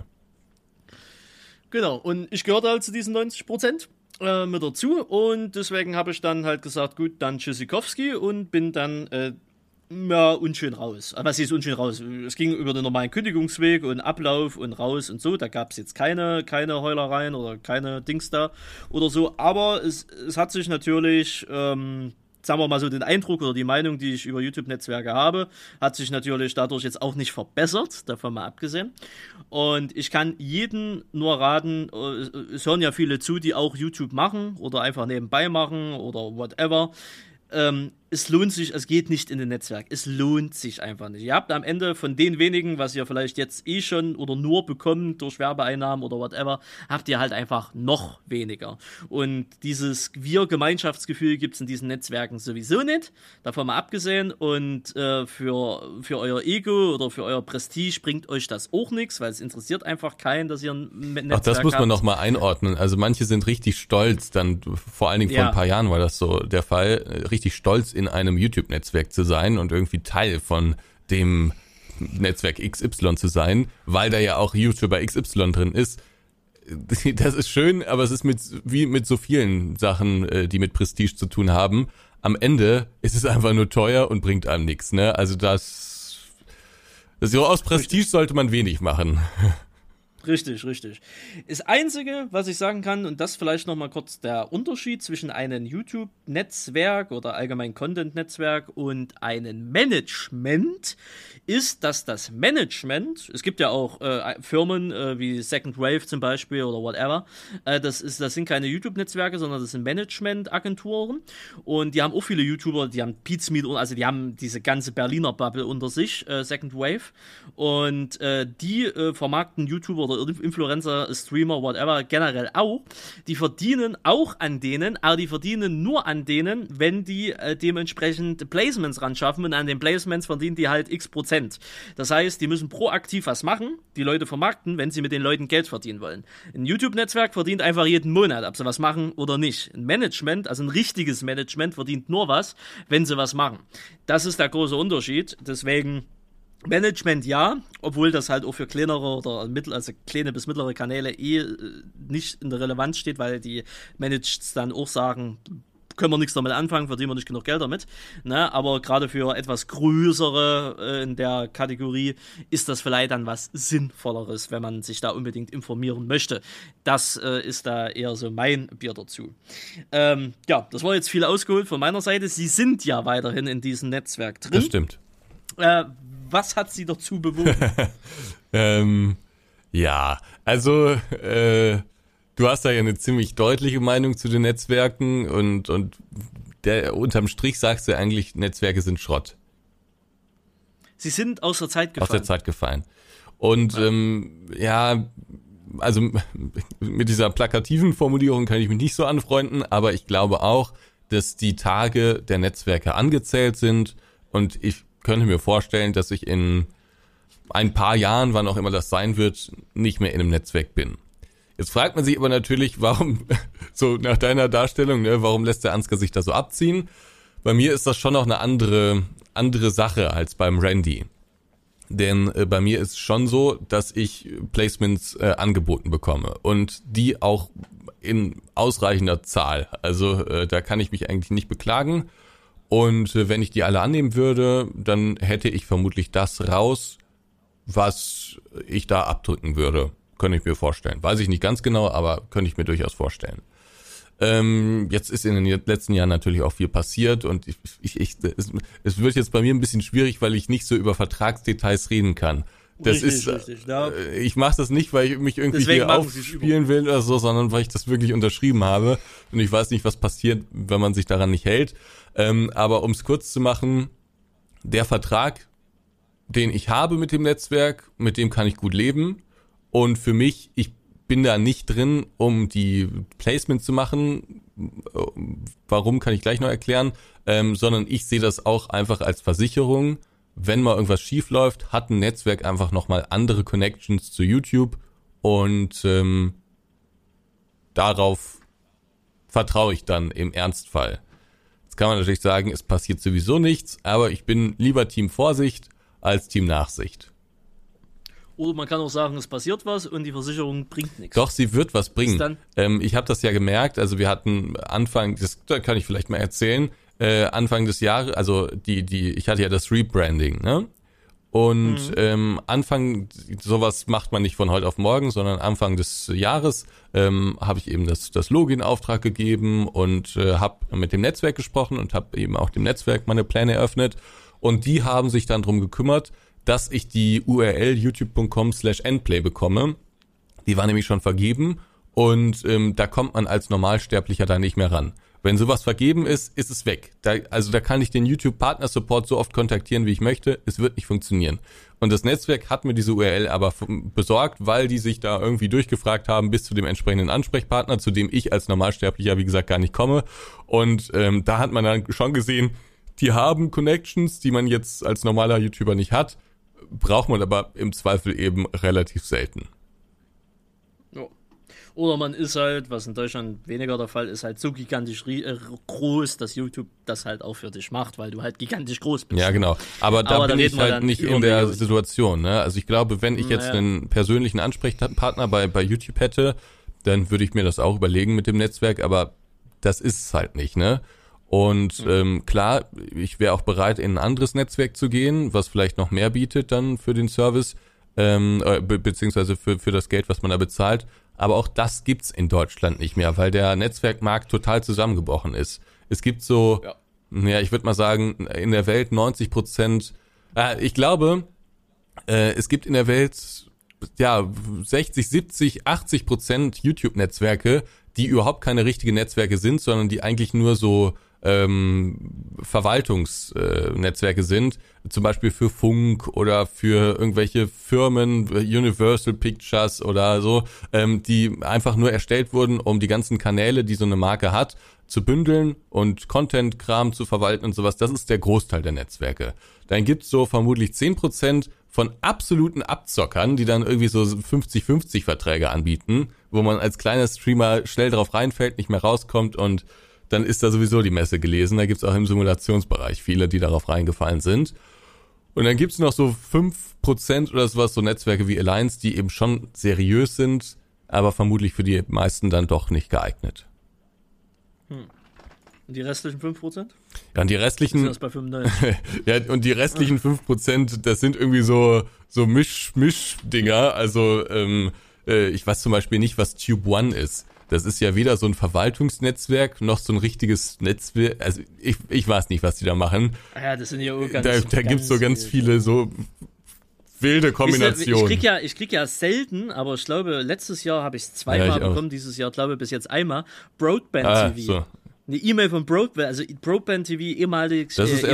Genau, und ich gehörte halt zu diesen 90%. Mit dazu, und deswegen habe ich dann halt gesagt, gut, dann Tschüssikowski, und bin dann unschön raus. Aber was ist unschön raus? Es ging über den normalen Kündigungsweg und Ablauf und raus und so, da gab es jetzt keine Heulereien oder keine Dings da oder so, aber es hat sich natürlich, sagen wir mal so, den Eindruck oder die Meinung, die ich über YouTube-Netzwerke habe, hat sich natürlich dadurch jetzt auch nicht verbessert, davon mal abgesehen. Und ich kann jeden nur raten, es hören ja viele zu, die auch YouTube machen oder einfach nebenbei machen oder whatever. Es lohnt sich, es geht nicht in den Netzwerk. Es lohnt sich einfach nicht. Ihr habt am Ende von den wenigen, was ihr vielleicht jetzt schon oder nur bekommt durch Werbeeinnahmen oder whatever, habt ihr halt einfach noch weniger. Und dieses Wir-Gemeinschaftsgefühl gibt es in diesen Netzwerken sowieso nicht. Davon mal abgesehen. Und für euer Ego oder für euer Prestige bringt euch das auch nichts, weil es interessiert einfach keinen, dass ihr ein Netzwerk habt. Auch das muss man nochmal einordnen. Also manche sind richtig stolz, dann vor allen Dingen vor ein paar Jahren war das so der Fall, richtig stolz in einem YouTube-Netzwerk zu sein und irgendwie Teil von dem Netzwerk XY zu sein, weil da ja auch YouTuber XY drin ist. Das ist schön, aber es ist wie mit so vielen Sachen, die mit Prestige zu tun haben. Am Ende ist es einfach nur teuer und bringt einem nichts, ne? Also das so aus Prestige sollte man wenig machen. Richtig. Das Einzige, was ich sagen kann, und das vielleicht nochmal kurz der Unterschied zwischen einem YouTube-Netzwerk oder allgemein Content-Netzwerk und einem Management, ist, dass das Management, es gibt ja auch Firmen wie Second Wave zum Beispiel oder whatever, das sind keine YouTube-Netzwerke, sondern das sind Management-Agenturen, und die haben auch viele YouTuber, die haben Pizmeet, also die haben diese ganze Berliner Bubble unter sich, Second Wave, und die vermarkten YouTuber oder Influencer, Streamer, whatever, generell auch. Die verdienen auch an denen, aber die verdienen nur an denen, wenn die dementsprechend Placements ran schaffen, und an den Placements verdienen die halt x%. Das heißt, die müssen proaktiv was machen, die Leute vermarkten, wenn sie mit den Leuten Geld verdienen wollen. Ein YouTube-Netzwerk verdient einfach jeden Monat, ob sie was machen oder nicht. Ein Management, also ein richtiges Management, verdient nur was, wenn sie was machen. Das ist der große Unterschied. Deswegen Management ja, obwohl das halt auch für kleinere oder also kleine bis mittlere Kanäle nicht in der Relevanz steht, weil die Manageds dann auch sagen, können wir nichts damit anfangen, verdienen wir nicht genug Geld damit. Ne? Aber gerade für etwas größere in der Kategorie ist das vielleicht dann was Sinnvolleres, wenn man sich da unbedingt informieren möchte. Das ist da eher so mein Bier dazu. Ja, das war jetzt viel ausgeholt von meiner Seite. Sie sind ja weiterhin in diesem Netzwerk drin. Das stimmt. Was hat Sie dazu bewogen? Ja, also du hast da ja eine ziemlich deutliche Meinung zu den Netzwerken und unterm Strich sagst du eigentlich, Netzwerke sind Schrott. Sie sind aus der Zeit gefallen. Aus der Zeit gefallen. Und also mit dieser plakativen Formulierung kann ich mich nicht so anfreunden, aber ich glaube auch, dass die Tage der Netzwerke angezählt sind und ich könnte mir vorstellen, dass ich in ein paar Jahren, wann auch immer das sein wird, nicht mehr in einem Netzwerk bin. Jetzt fragt man sich aber natürlich, warum, so nach deiner Darstellung, ne, warum lässt der Ansgar sich da so abziehen? Bei mir ist das schon noch eine andere Sache als beim Randy. Denn bei mir ist es schon so, dass ich Placements angeboten bekomme und die auch in ausreichender Zahl. Also da kann ich mich eigentlich nicht beklagen. Und wenn ich die alle annehmen würde, dann hätte ich vermutlich das raus, was ich da abdrücken würde. Könnte ich mir vorstellen. Weiß ich nicht ganz genau, aber könnte ich mir durchaus vorstellen. Jetzt ist in den letzten Jahren natürlich auch viel passiert und es wird jetzt bei mir ein bisschen schwierig, weil ich nicht so über Vertragsdetails reden kann. Das richtig, ja. Ich mache das nicht, weil ich mich irgendwie hier aufspielen will oder so, sondern weil ich das wirklich unterschrieben habe und ich weiß nicht, was passiert, wenn man sich daran nicht hält. Aber um es kurz zu machen, der Vertrag, den ich habe mit dem Netzwerk, mit dem kann ich gut leben und für mich, ich bin da nicht drin, um die Placements zu machen. Warum, kann ich gleich noch erklären, sondern ich sehe das auch einfach als Versicherung. Wenn mal irgendwas schief läuft, hat ein Netzwerk einfach nochmal andere Connections zu YouTube und darauf vertraue ich dann im Ernstfall. Jetzt kann man natürlich sagen, es passiert sowieso nichts, aber ich bin lieber Team Vorsicht als Team Nachsicht. Oder man kann auch sagen, es passiert was und die Versicherung bringt nichts. Doch, sie wird was bringen. Ich habe das ja gemerkt, also wir hatten Anfang, das kann ich vielleicht mal erzählen, Anfang des Jahres, also ich hatte ja das Rebranding, ne? Und Anfang, sowas macht man nicht von heute auf morgen, sondern Anfang des Jahres habe ich eben das Login in Auftrag gegeben und habe mit dem Netzwerk gesprochen und habe eben auch dem Netzwerk meine Pläne eröffnet und die haben sich dann drum gekümmert, dass ich die URL youtube.com/endplay bekomme. Die war nämlich schon vergeben und da kommt man als Normalsterblicher da nicht mehr ran. Wenn sowas vergeben ist, ist es weg. Da kann ich den YouTube-Partner-Support so oft kontaktieren, wie ich möchte. Es wird nicht funktionieren. Und das Netzwerk hat mir diese URL aber besorgt, weil die sich da irgendwie durchgefragt haben bis zu dem entsprechenden Ansprechpartner, zu dem ich als Normalsterblicher, wie gesagt, gar nicht komme. Und da hat man dann schon gesehen, die haben Connections, die man jetzt als normaler YouTuber nicht hat. Braucht man aber im Zweifel eben relativ selten. Ja. Oder man ist halt, was in Deutschland weniger der Fall ist, halt so gigantisch groß, dass YouTube das halt auch für dich macht, weil du halt gigantisch groß bist. Ja, genau. Aber da bin ich halt nicht in der Situation. Ne? Also ich glaube, wenn ich jetzt einen persönlichen Ansprechpartner bei YouTube hätte, dann würde ich mir das auch überlegen mit dem Netzwerk, aber das ist es halt nicht, ne? Und klar, ich wäre auch bereit, in ein anderes Netzwerk zu gehen, was vielleicht noch mehr bietet dann für den Service, beziehungsweise für das Geld, was man da bezahlt. Aber auch das gibt's in Deutschland nicht mehr, weil der Netzwerkmarkt total zusammengebrochen ist. Es gibt so, ich würde mal sagen, in der Welt 90%, ich glaube, es gibt in der Welt 60, 70, 80% YouTube-Netzwerke, die überhaupt keine richtigen Netzwerke sind, sondern die eigentlich nur so Verwaltungsnetzwerke sind, zum Beispiel für Funk oder für irgendwelche Firmen, Universal Pictures oder so, die einfach nur erstellt wurden, um die ganzen Kanäle, die so eine Marke hat, zu bündeln und Content-Kram zu verwalten und sowas. Das ist der Großteil der Netzwerke. Dann gibt's so vermutlich 10% von absoluten Abzockern, die dann irgendwie so 50-50 Verträge anbieten, wo man als kleiner Streamer schnell drauf reinfällt, nicht mehr rauskommt und dann ist da sowieso die Messe gelesen. Da gibt's auch im Simulationsbereich viele, die darauf reingefallen sind. Und dann gibt's noch so 5% oder sowas, so Netzwerke wie Alliance, die eben schon seriös sind, aber vermutlich für die meisten dann doch nicht geeignet. Und die restlichen 5%? Ja, und die restlichen, Ist das bei 95? ja, und die restlichen 5%, das sind irgendwie so Misch-Dinger. Also, ich weiß zum Beispiel nicht, was Tube One ist. Das ist ja weder so ein Verwaltungsnetzwerk, noch so ein richtiges Netzwerk. Also, ich weiß nicht, was die da machen. Ja, das sind ja auch ganz... Da gibt's so ganz viele so wilde Kombinationen. Ich krieg ja selten, aber ich glaube, letztes Jahr habe ich es zweimal bekommen, dieses Jahr glaube ich bis jetzt einmal, Broadband TV. So. Eine E-Mail von Broadband, also Broadband TV, ehemalig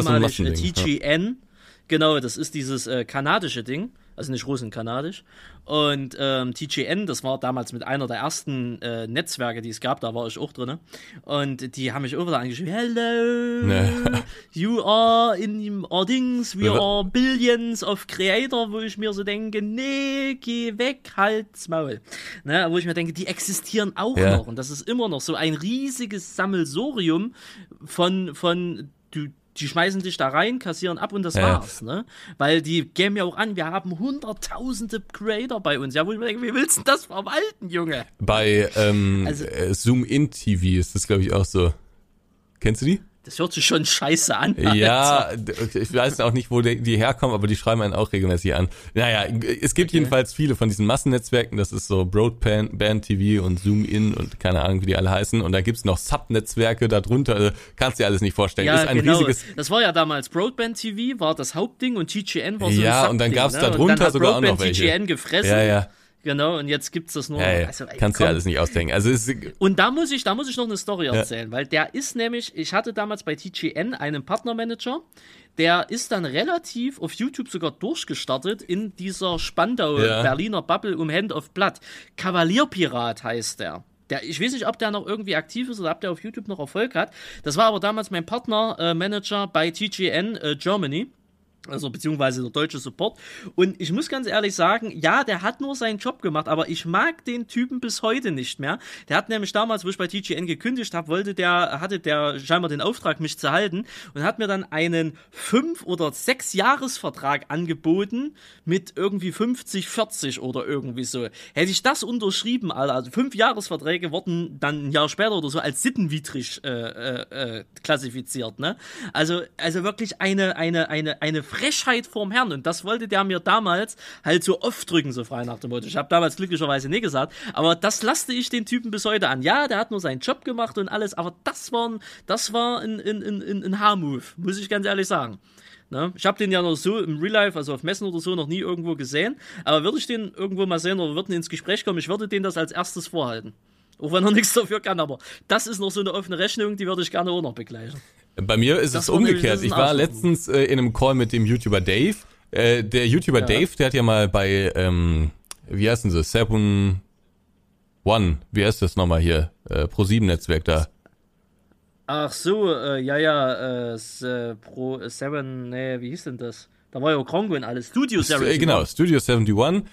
TGN. Genau, das ist dieses kanadische Ding, also nicht kanadisch. Und TGN, das war damals mit einer der ersten Netzwerke, die es gab, da war ich auch drin. Und die haben mich auch wieder angeschrieben, hello, you are in our things, we are billions of creator, wo ich mir so denke, nee, geh weg, halt's Maul. Ne, wo ich mir denke, die existieren auch noch. Und das ist immer noch so ein riesiges Sammelsurium von die schmeißen dich da rein, kassieren ab und das war's, ne? Weil die geben ja auch an, wir haben hunderttausende Creator bei uns. Ja, wo ich mir denke, wie willst du das verwalten, Junge? Bei Zoom-In-TV ist das, glaube ich, auch so. Kennst du die? Das hört sich schon scheiße an. Ja, ich weiß auch nicht, wo die herkommen, aber die schreiben einen auch regelmäßig an. Naja, es gibt jedenfalls viele von diesen Massennetzwerken, das ist so Broadband TV und Zoom-In und keine Ahnung, wie die alle heißen. Und da gibt's noch Subnetzwerke darunter, also kannst du dir alles nicht vorstellen. Ja, ist ein riesiges. Das war ja damals Broadband TV, war das Hauptding und TGN war so ein Ja, und dann gab's da drunter sogar auch noch welche. TGN gefressen. Ja. Genau, und jetzt gibt's das nur. Ja. Also, kannst du dir alles nicht ausdenken. Also und da muss ich noch eine Story erzählen, weil der ist nämlich, ich hatte damals bei TGN einen Partnermanager, der ist dann relativ auf YouTube sogar durchgestartet in dieser Spandau-Berliner Bubble um Hand of Blood. Kavalierpirat heißt der. Ich weiß nicht, ob der noch irgendwie aktiv ist oder ob der auf YouTube noch Erfolg hat. Das war aber damals mein Partnermanager bei TGN Germany. Also beziehungsweise der deutsche Support. Und ich muss ganz ehrlich sagen, ja, der hat nur seinen Job gemacht, aber ich mag den Typen bis heute nicht mehr. Der hat nämlich damals, wo ich bei TGN gekündigt habe, hatte der scheinbar den Auftrag, mich zu halten und hat mir dann einen 5- oder 6-Jahres-Vertrag angeboten mit irgendwie 50-40 oder irgendwie so. Hätte ich das unterschrieben, Alter, also 5-Jahres-Verträge wurden dann ein Jahr später oder so als sittenwidrig klassifiziert, ne? Also wirklich eine Frechheit vorm Herrn, und das wollte der mir damals halt so oft drücken, so frei nach dem Motto. Ich habe damals glücklicherweise nie gesagt, aber das laste ich den Typen bis heute an. Ja, der hat nur seinen Job gemacht und alles, aber das war ein Haarmove, muss ich ganz ehrlich sagen. Ne? Ich habe den ja noch so im Real Life, also auf Messen oder so, noch nie irgendwo gesehen, aber würde ich den irgendwo mal sehen oder würden ins Gespräch kommen, ich würde den das als erstes vorhalten. Auch wenn er nichts dafür kann, aber das ist noch so eine offene Rechnung, die würde ich gerne auch noch begleichen. Bei mir ist es umgekehrt. Ich war letztens in einem Call mit dem YouTuber Dave. Der YouTuber Dave, der hat ja mal bei, wie heißt denn das? 7 One, wie heißt das nochmal hier? Pro7-Netzwerk da. Ach so, Pro 7, nee, wie hieß denn das? Da war ja auch krank und alles. Studio 71. Genau, Studio 71.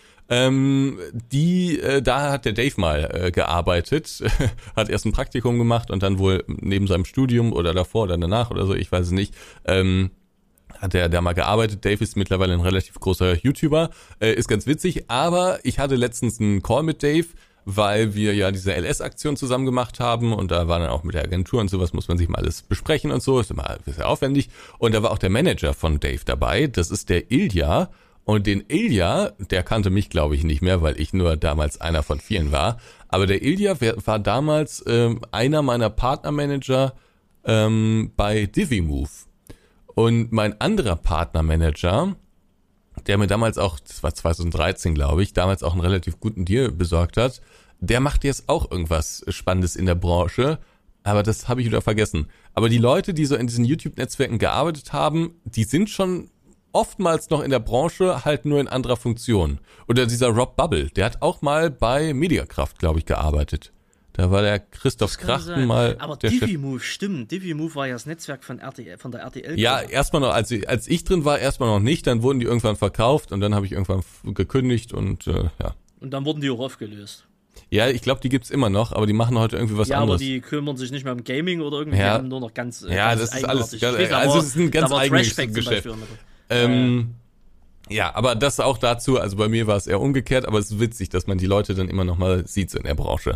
Da hat der Dave mal gearbeitet, hat erst ein Praktikum gemacht und dann wohl neben seinem Studium oder davor oder danach oder so, ich weiß es nicht, hat er da mal gearbeitet. Dave ist mittlerweile ein relativ großer YouTuber, ist ganz witzig, aber ich hatte letztens einen Call mit Dave, weil wir ja diese LS-Aktion zusammen gemacht haben und da war dann auch mit der Agentur und sowas, muss man sich mal alles besprechen und so, ist immer sehr aufwendig. Und da war auch der Manager von Dave dabei, das ist der Ilja. Und den Ilja, der kannte mich, glaube ich, nicht mehr, weil ich nur damals einer von vielen war. Aber der Ilja war damals einer meiner Partnermanager bei Divimove. Und mein anderer Partnermanager, der mir damals auch, das war 2013, glaube ich, damals auch einen relativ guten Deal besorgt hat, der macht jetzt auch irgendwas Spannendes in der Branche. Aber das habe ich wieder vergessen. Aber die Leute, die so in diesen YouTube-Netzwerken gearbeitet haben, die sind schon oftmals noch in der Branche, halt nur in anderer Funktion. Oder dieser Rob Bubble, der hat auch mal bei Mediakraft, glaube ich, gearbeitet. Da war der Christoph Krachten mal. Aber Divimove, stimmt. Divimove war ja das Netzwerk von der RTL. Ja, erstmal noch, als ich drin war, erstmal noch nicht, dann wurden die irgendwann verkauft und dann habe ich irgendwann gekündigt und ja. Und dann wurden die auch aufgelöst. Ja, ich glaube, die gibt's immer noch, aber die machen heute irgendwie was anderes. Ja, aber die kümmern sich nicht mehr um Gaming oder irgendwie, die haben nur noch ganz das ist alles, also es ist ein ganz eigenes Geschäft. Ja, aber das auch dazu, also bei mir war es eher umgekehrt, aber es ist witzig, dass man die Leute dann immer noch mal sieht so in der Branche.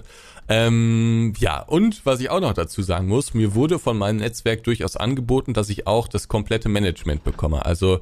Ja, und was ich auch noch dazu sagen muss, mir wurde von meinem Netzwerk durchaus angeboten, dass ich auch das komplette Management bekomme. Also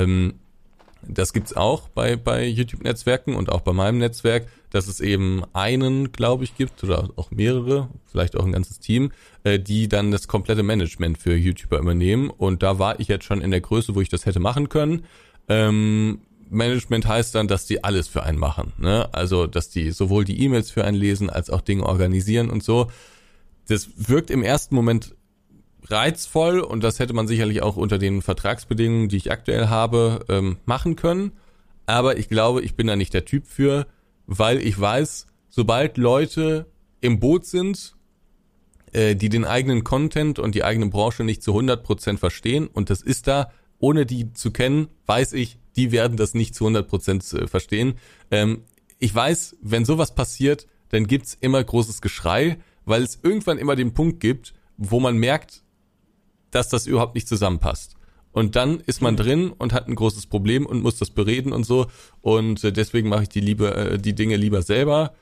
das gibt's auch bei YouTube-Netzwerken und auch bei meinem Netzwerk, dass es eben einen, glaube ich, gibt oder auch mehrere, vielleicht auch ein ganzes Team, die dann das komplette Management für YouTuber übernehmen. Und da war ich jetzt schon in der Größe, wo ich das hätte machen können. Management heißt dann, dass die alles für einen machen, ne? Also, dass die sowohl die E-Mails für einen lesen, als auch Dinge organisieren und so. Das wirkt im ersten Moment reizvoll und das hätte man sicherlich auch unter den Vertragsbedingungen, die ich aktuell habe, machen können. Aber ich glaube, ich bin da nicht der Typ für, weil ich weiß, sobald Leute im Boot sind, die den eigenen Content und die eigene Branche nicht zu 100% verstehen, und das ist da, ohne die zu kennen, weiß ich, die werden das nicht zu 100% verstehen. Ich weiß, wenn sowas passiert, dann gibt's immer großes Geschrei, weil es irgendwann immer den Punkt gibt, wo man merkt, dass das überhaupt nicht zusammenpasst. Und dann ist man drin und hat ein großes Problem und muss das bereden und so. Und deswegen mache ich die Dinge lieber selber.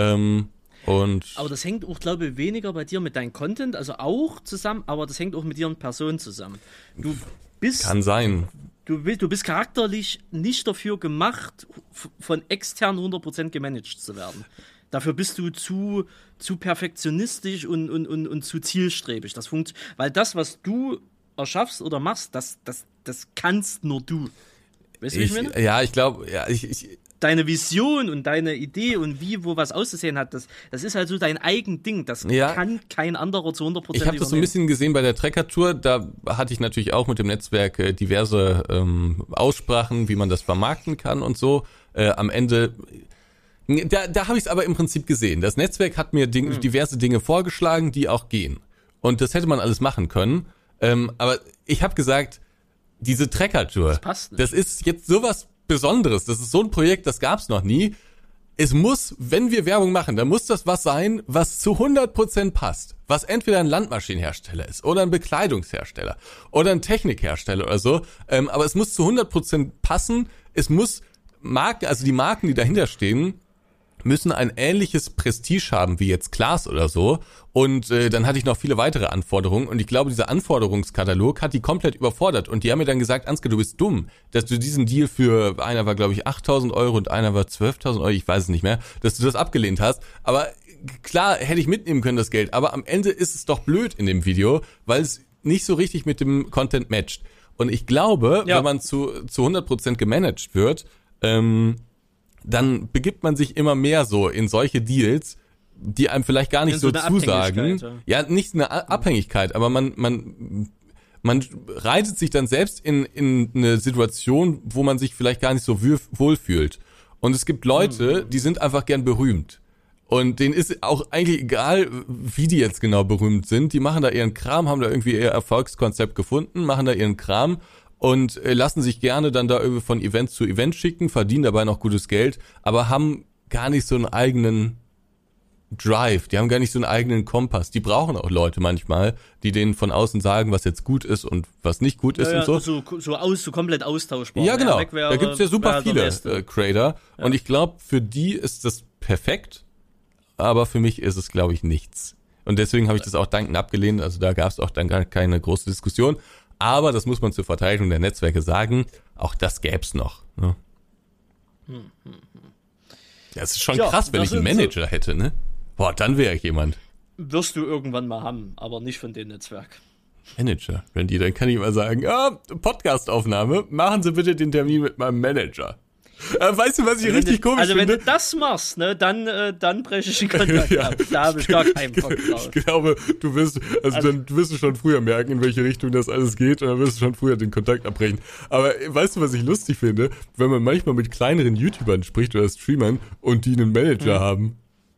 Aber das hängt auch, glaube ich, weniger bei dir mit deinem Content, also auch zusammen, aber das hängt auch mit dir in Person zusammen. Kann sein. Du bist charakterlich nicht dafür gemacht, von extern 100% gemanagt zu werden. Dafür bist du zu perfektionistisch und zu zielstrebig. Weil das, was du erschaffst oder machst, das kannst nur du. Weißt du, wie ich meine? Ja, ich glaube, deine Vision und deine Idee und wo was auszusehen hat, das ist halt so dein Eigending. Das kann kein anderer zu 100% übernehmen. Ich habe das so ein bisschen gesehen bei der Trekker-Tour. Da hatte ich natürlich auch mit dem Netzwerk diverse Aussprachen, wie man das vermarkten kann und so. Am Ende, da habe ich es aber im Prinzip gesehen. Das Netzwerk hat mir diverse Dinge vorgeschlagen, die auch gehen. Und das hätte man alles machen können. Aber ich habe gesagt, diese Trekker-Tour, das ist jetzt sowas Besonderes. Das ist so ein Projekt, das gab's noch nie. Es muss, wenn wir Werbung machen, dann muss das was sein, was zu 100% passt. Was entweder ein Landmaschinenhersteller ist oder ein Bekleidungshersteller oder ein Technikhersteller oder so. Aber es muss zu 100% passen. Es muss die Marken, die dahinter stehen, müssen ein ähnliches Prestige haben wie jetzt Klaas oder so. Und dann hatte ich noch viele weitere Anforderungen. Und ich glaube, dieser Anforderungskatalog hat die komplett überfordert. Und die haben mir dann gesagt, Ansgar, du bist dumm, dass du diesen Deal für, einer war glaube ich 8.000 Euro und einer war 12.000 Euro, ich weiß es nicht mehr, dass du das abgelehnt hast. Aber klar, hätte ich mitnehmen können, das Geld. Aber am Ende ist es doch blöd in dem Video, weil es nicht so richtig mit dem Content matcht. Und ich glaube, wenn man zu 100% gemanagt wird, dann begibt man sich immer mehr so in solche Deals, die einem vielleicht gar nicht so zusagen. Ja, nicht eine Abhängigkeit, aber man reitet sich dann selbst in eine Situation, wo man sich vielleicht gar nicht so wohl fühlt. Und es gibt Leute, die sind einfach gern berühmt. Und denen ist auch eigentlich egal, wie die jetzt genau berühmt sind. Die machen da ihren Kram, haben da irgendwie ihr Erfolgskonzept gefunden, machen da ihren Kram und lassen sich gerne dann da irgendwie von Event zu Event schicken, verdienen dabei noch gutes Geld, aber haben gar nicht so einen eigenen Drive, die haben gar nicht so einen eigenen Kompass. Die brauchen auch Leute manchmal, die denen von außen sagen, was jetzt gut ist und was nicht gut ist und so. So komplett austauschbar. Ja, genau. Da gibt's ja super viele Creator und ich glaube, für die ist das perfekt, aber für mich ist es, glaube ich, nichts. Und deswegen habe ich das auch dankend abgelehnt, also da gab's auch dann gar keine große Diskussion. Aber das muss man zur Verteidigung der Netzwerke sagen, auch das gäb's noch. Ne? Ja, es ist schon krass, wenn ich einen Manager hätte, ne? Boah, dann wäre ich jemand. Wirst du irgendwann mal haben, aber nicht von dem Netzwerk. Manager, Randy, dann kann ich mal sagen, Podcastaufnahme, machen Sie bitte den Termin mit meinem Manager. Weißt du, was ich richtig komisch finde? Also wenn du das machst, ne, dann breche ich den Kontakt ab. Da habe ich gar keinen Bock drauf. Ich glaube, du wirst du schon früher merken, in welche Richtung das alles geht, und dann wirst du schon früher den Kontakt abbrechen. Aber weißt du, was ich lustig finde? Wenn man manchmal mit kleineren YouTubern spricht oder Streamern und die einen Manager haben.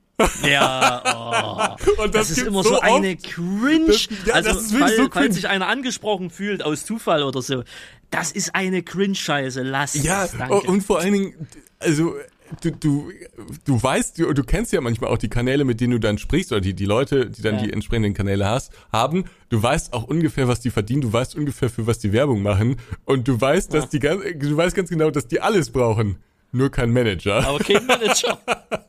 Ja, und das ist immer so eine Cringe. Das ist wirklich so cringe. Falls sich einer angesprochen fühlt aus Zufall oder so, das ist eine Cringe-Scheiße. Lass es, danke. Und vor allen Dingen, also du weißt, du kennst ja manchmal auch die Kanäle, mit denen du dann sprichst, oder die Leute, die dann die entsprechenden Kanäle haben. Du weißt auch ungefähr, was die verdienen, du weißt ungefähr, für was die Werbung machen, und du weißt, du weißt ganz genau, dass die alles brauchen, nur kein Manager. Aber kein Manager.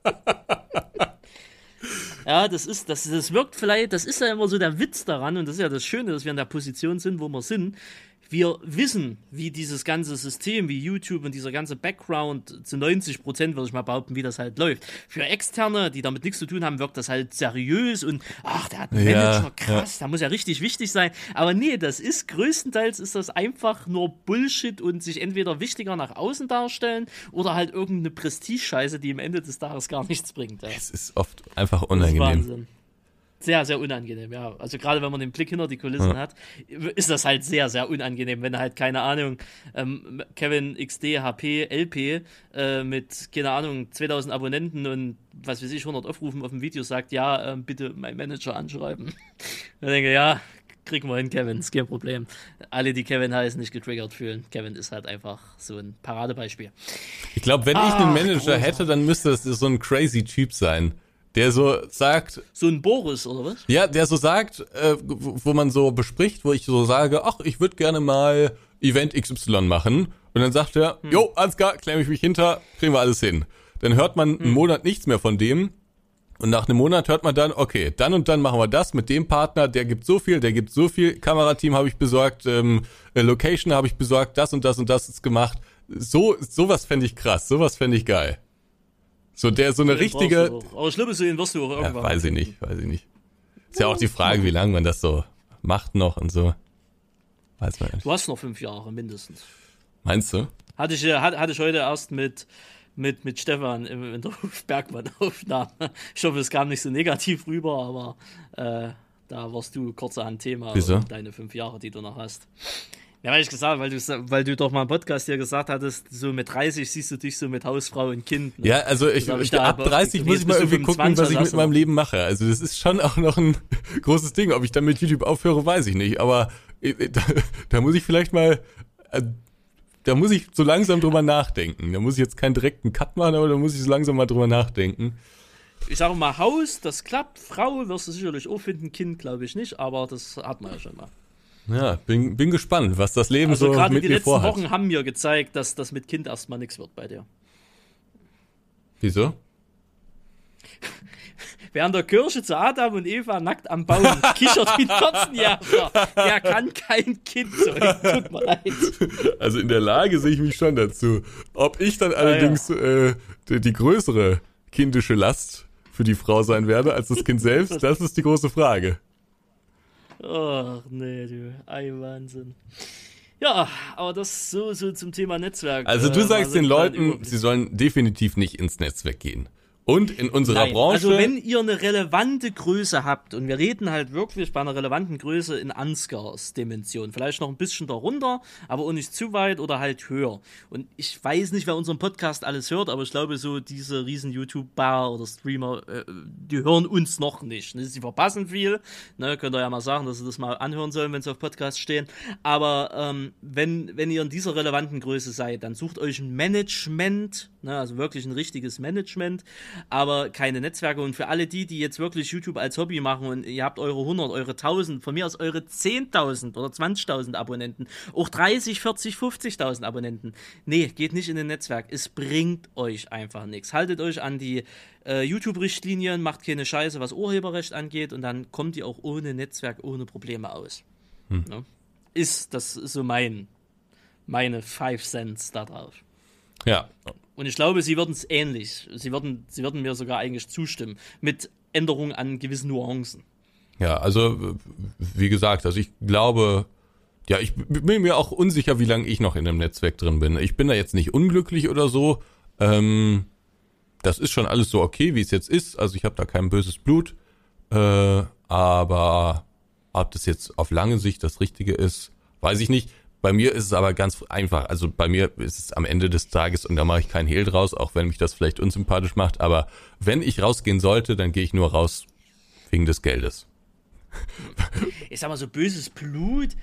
Ja, das wirkt vielleicht, das ist ja immer so der Witz daran, und das ist ja das Schöne, dass wir in der Position sind, wo wir sind. Wir wissen, wie dieses ganze System, wie YouTube und dieser ganze Background zu 90%, würde ich mal behaupten, wie das halt läuft. Für Externe, die damit nichts zu tun haben, wirkt das halt seriös und der hat einen Manager, krass, der muss ja richtig wichtig sein. Aber nee, größtenteils ist das einfach nur Bullshit und sich entweder wichtiger nach außen darstellen oder halt irgendeine Prestige-Scheiße, die am Ende des Tages gar nichts bringt. Ja. Es ist oft einfach unangenehm. Das ist Wahnsinn. Sehr, sehr unangenehm, ja. Also gerade wenn man den Blick hinter die Kulissen hat, ist das halt sehr, sehr unangenehm, wenn halt, keine Ahnung, Kevin XD HP LP mit, keine Ahnung, 2000 Abonnenten und was weiß ich, 100 Aufrufen auf dem Video sagt, bitte meinen Manager anschreiben. Ich denke, ja, kriegen wir hin, Kevin, ist kein Problem. Alle, die Kevin heißen, nicht getriggert fühlen. Kevin ist halt einfach so ein Paradebeispiel. Ich glaube, wenn ich einen Manager hätte, dann müsste das so ein crazy Typ sein. Der so sagt... So ein Boris, oder was? Ja, der so sagt, wo man so bespricht, wo ich so sage, ach, ich würde gerne mal Event XY machen. Und dann sagt er, jo, alles klar, klemme ich mich hinter, kriegen wir alles hin. Dann hört man einen Monat nichts mehr von dem. Und nach einem Monat hört man dann, okay, dann und dann machen wir das mit dem Partner, der gibt so viel, Kamerateam habe ich besorgt, Location habe ich besorgt, das und das ist gemacht. Sowas fände ich krass, sowas fände ich geil. So eine richtige... Aber schlimm ist, den wirst du auch irgendwann... Ja, weiß ich nicht. Ist ja auch die Frage, wie lange man das so macht noch und so. Weiß man nicht. Du hast noch 5 Jahre mindestens. Meinst du? Hatte ich heute erst mit Stefan in der Bergmann-Aufnahme. Ich hoffe, es kam nicht so negativ rüber, aber da warst du kurzerhand Thema. Wieso? Deine 5 Jahre, die du noch hast. Ja, weil du doch mal im Podcast hier gesagt hattest, so mit 30 siehst du dich so mit Hausfrau und Kind. Ne? Ja, also ab 30 muss ich mal irgendwie gucken, was ich mit meinem Leben mache. Also das ist schon auch noch ein großes Ding. Ob ich dann mit YouTube aufhöre, weiß ich nicht. Aber da muss ich vielleicht mal, da muss ich so langsam drüber nachdenken. Da muss ich jetzt keinen direkten Cut machen, aber da muss ich so langsam mal drüber nachdenken. Ich sage mal, Haus, das klappt. Frau wirst du sicherlich auch finden, Kind glaube ich nicht, aber das hat man ja schon mal. Ja, bin gespannt, was das Leben so mit mir vorhat. Die letzten Wochen haben mir gezeigt, dass das mit Kind erstmal nichts wird bei dir. Wieso? Wer an der Kirche zu Adam und Eva nackt am Baum kichert wie ein 14-Jähriger, der kann kein Kind sein. Tut mir leid. Also in der Lage sehe ich mich schon dazu. Ob ich dann allerdings die größere kindische Last für die Frau sein werde als das Kind selbst, das ist die große Frage. Ach nee, du, Wahnsinn. Ja, aber das so zum Thema Netzwerk. Also du sagst den Leuten, sie sollen definitiv nicht ins Netzwerk gehen. Und in unserer Branche... Also wenn ihr eine relevante Größe habt, und wir reden halt wirklich bei einer relevanten Größe in Ansgars Dimension, vielleicht noch ein bisschen darunter, aber auch nicht zu weit oder halt höher. Und ich weiß nicht, wer unseren Podcast alles hört, aber ich glaube so diese riesen YouTuber oder Streamer, die hören uns noch nicht. Ne? Sie verpassen viel, ne? Könnt ihr ja mal sagen, dass sie das mal anhören sollen, wenn sie auf Podcast stehen. Aber wenn ihr in dieser relevanten Größe seid, dann sucht euch ein Management, ne? Also wirklich ein richtiges Management, aber keine Netzwerke. Und für alle die jetzt wirklich YouTube als Hobby machen und ihr habt eure 100, eure 1000, von mir aus eure 10.000 oder 20.000 Abonnenten, auch 30, 40, 50.000 Abonnenten. Nee, geht nicht in ein Netzwerk. Es bringt euch einfach nichts. Haltet euch an die YouTube-Richtlinien, macht keine Scheiße, was Urheberrecht angeht, und dann kommt ihr auch ohne Netzwerk, ohne Probleme aus. Ne? Das ist so meine 5 Cents da drauf. Ja. Und ich glaube, sie würden es ähnlich. Sie würden mir sogar eigentlich zustimmen. Mit Änderungen an gewissen Nuancen. Ja, also, wie gesagt, also ich glaube, ja, ich bin mir auch unsicher, wie lange ich noch in einem Netzwerk drin bin. Ich bin da jetzt nicht unglücklich oder so. Das ist schon alles so okay, wie es jetzt ist. Also ich habe da kein böses Blut. Aber ob das jetzt auf lange Sicht das Richtige ist, weiß ich nicht. Bei mir ist es aber ganz einfach, also bei mir ist es am Ende des Tages, und da mache ich keinen Hehl draus, auch wenn mich das vielleicht unsympathisch macht, aber wenn ich rausgehen sollte, dann gehe ich nur raus wegen des Geldes. Ich sag mal, so böses Blut,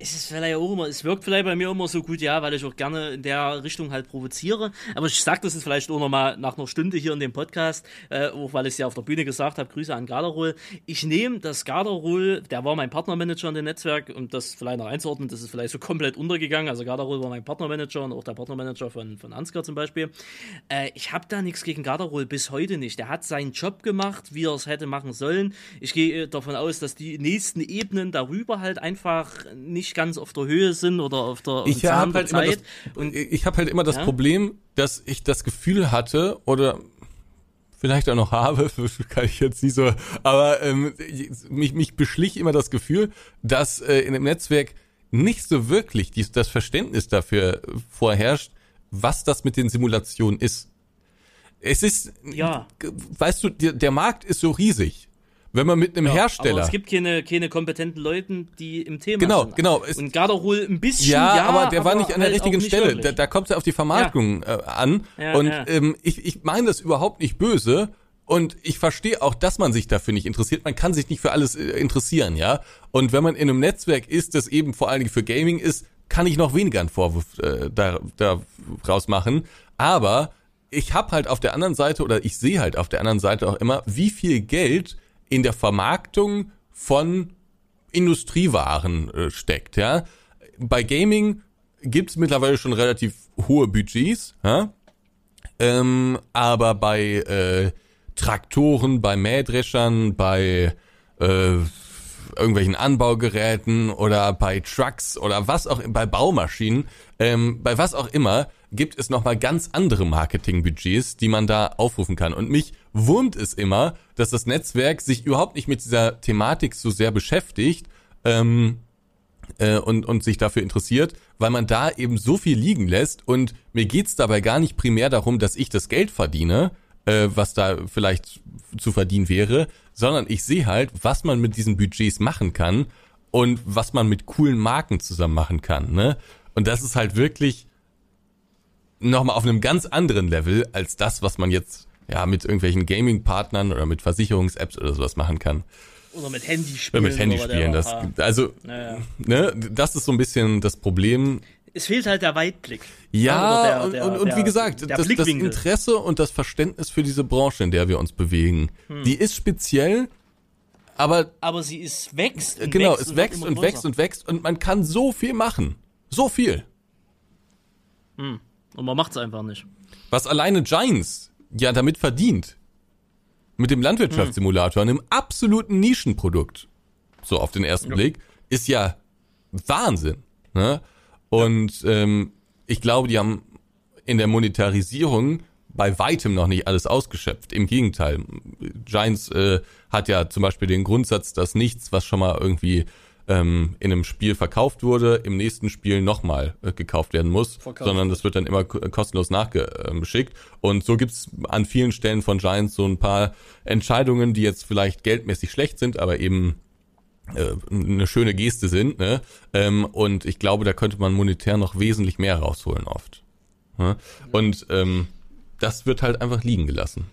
es wirkt vielleicht bei mir immer so gut, ja, weil ich auch gerne in der Richtung halt provoziere. Aber ich sag das jetzt vielleicht auch nochmal nach einer Stunde hier in dem Podcast, auch weil ich es ja auf der Bühne gesagt habe, Grüße an Garderol. Ich nehme das Garderol, der war mein Partnermanager in dem Netzwerk, um das vielleicht noch einzuordnen, das ist vielleicht so komplett untergegangen. Also Garderol war mein Partnermanager und auch der Partnermanager von Ansgar zum Beispiel. Ich habe da nichts gegen Garderol, bis heute nicht. Der hat seinen Job gemacht, wie er es hätte machen sollen. Ich gehe davon aus, dass die nächsten Ebenen darüber halt einfach nicht ganz auf der Höhe sind oder auf der Zahn der Zeit. Ich habe halt immer das Problem, dass ich das Gefühl hatte oder vielleicht auch noch habe, kann ich jetzt nicht so, aber mich beschlich immer das Gefühl, dass in dem Netzwerk nicht so wirklich das Verständnis dafür vorherrscht, was das mit den Simulationen ist. Es ist, weißt du, der Markt ist so riesig. Wenn man mit einem Hersteller... Aber es gibt keine kompetenten Leute, die im Thema sind. Genau. Und Garderol ein bisschen, aber der war nicht an der richtigen Stelle. Da kommt es ja auf die Vermarktung an. Ich meine das überhaupt nicht böse. Und ich verstehe auch, dass man sich dafür nicht interessiert. Man kann sich nicht für alles interessieren, ja. Und wenn man in einem Netzwerk ist, das eben vor allen Dingen für Gaming ist, kann ich noch weniger einen Vorwurf daraus machen. Aber ich habe halt auf der anderen Seite, oder ich sehe halt auf der anderen Seite auch immer, wie viel Geld in der Vermarktung von Industriewaren steckt, ja. Bei Gaming gibt's mittlerweile schon relativ hohe Budgets, ja? Aber bei Traktoren, bei Mähdreschern, bei irgendwelchen Anbaugeräten oder bei Trucks oder was auch, bei Baumaschinen, bei was auch immer, gibt es nochmal ganz andere Marketingbudgets, die man da aufrufen kann. Und mich wurmt es immer, dass das Netzwerk sich überhaupt nicht mit dieser Thematik so sehr beschäftigt und sich dafür interessiert, weil man da eben so viel liegen lässt. Und mir geht's dabei gar nicht primär darum, dass ich das Geld verdiene, was da vielleicht zu verdienen wäre, sondern ich sehe halt, was man mit diesen Budgets machen kann und was man mit coolen Marken zusammen machen kann, ne? Und das ist halt wirklich nochmal auf einem ganz anderen Level als das, was man jetzt mit irgendwelchen Gaming-Partnern oder mit Versicherungs-Apps oder sowas machen kann. Oder mit Handyspielen. Das ist so ein bisschen das Problem. Es fehlt halt der Weitblick. Ja, und wie gesagt, das Interesse und das Verständnis für diese Branche, in der wir uns bewegen, die ist speziell, aber sie wächst. Genau, es wächst und wächst und wächst und man kann so viel machen. So viel. Und man macht's einfach nicht. Was alleine Giants ja damit verdient, mit dem Landwirtschaftssimulator, einem absoluten Nischenprodukt, so auf den ersten Blick, ist ja Wahnsinn, ne? Und ich glaube, die haben in der Monetarisierung bei weitem noch nicht alles ausgeschöpft. Im Gegenteil, Giants hat ja zum Beispiel den Grundsatz, dass nichts, was schon mal irgendwie in einem Spiel verkauft wurde, im nächsten Spiel nochmal gekauft werden muss, sondern das wird dann immer kostenlos nachgeschickt. Und so gibt's an vielen Stellen von Giants so ein paar Entscheidungen, die jetzt vielleicht geldmäßig schlecht sind, aber eben eine schöne Geste sind, ne? Und ich glaube, da könnte man monetär noch wesentlich mehr rausholen oft. Ne? Und das wird halt einfach liegen gelassen.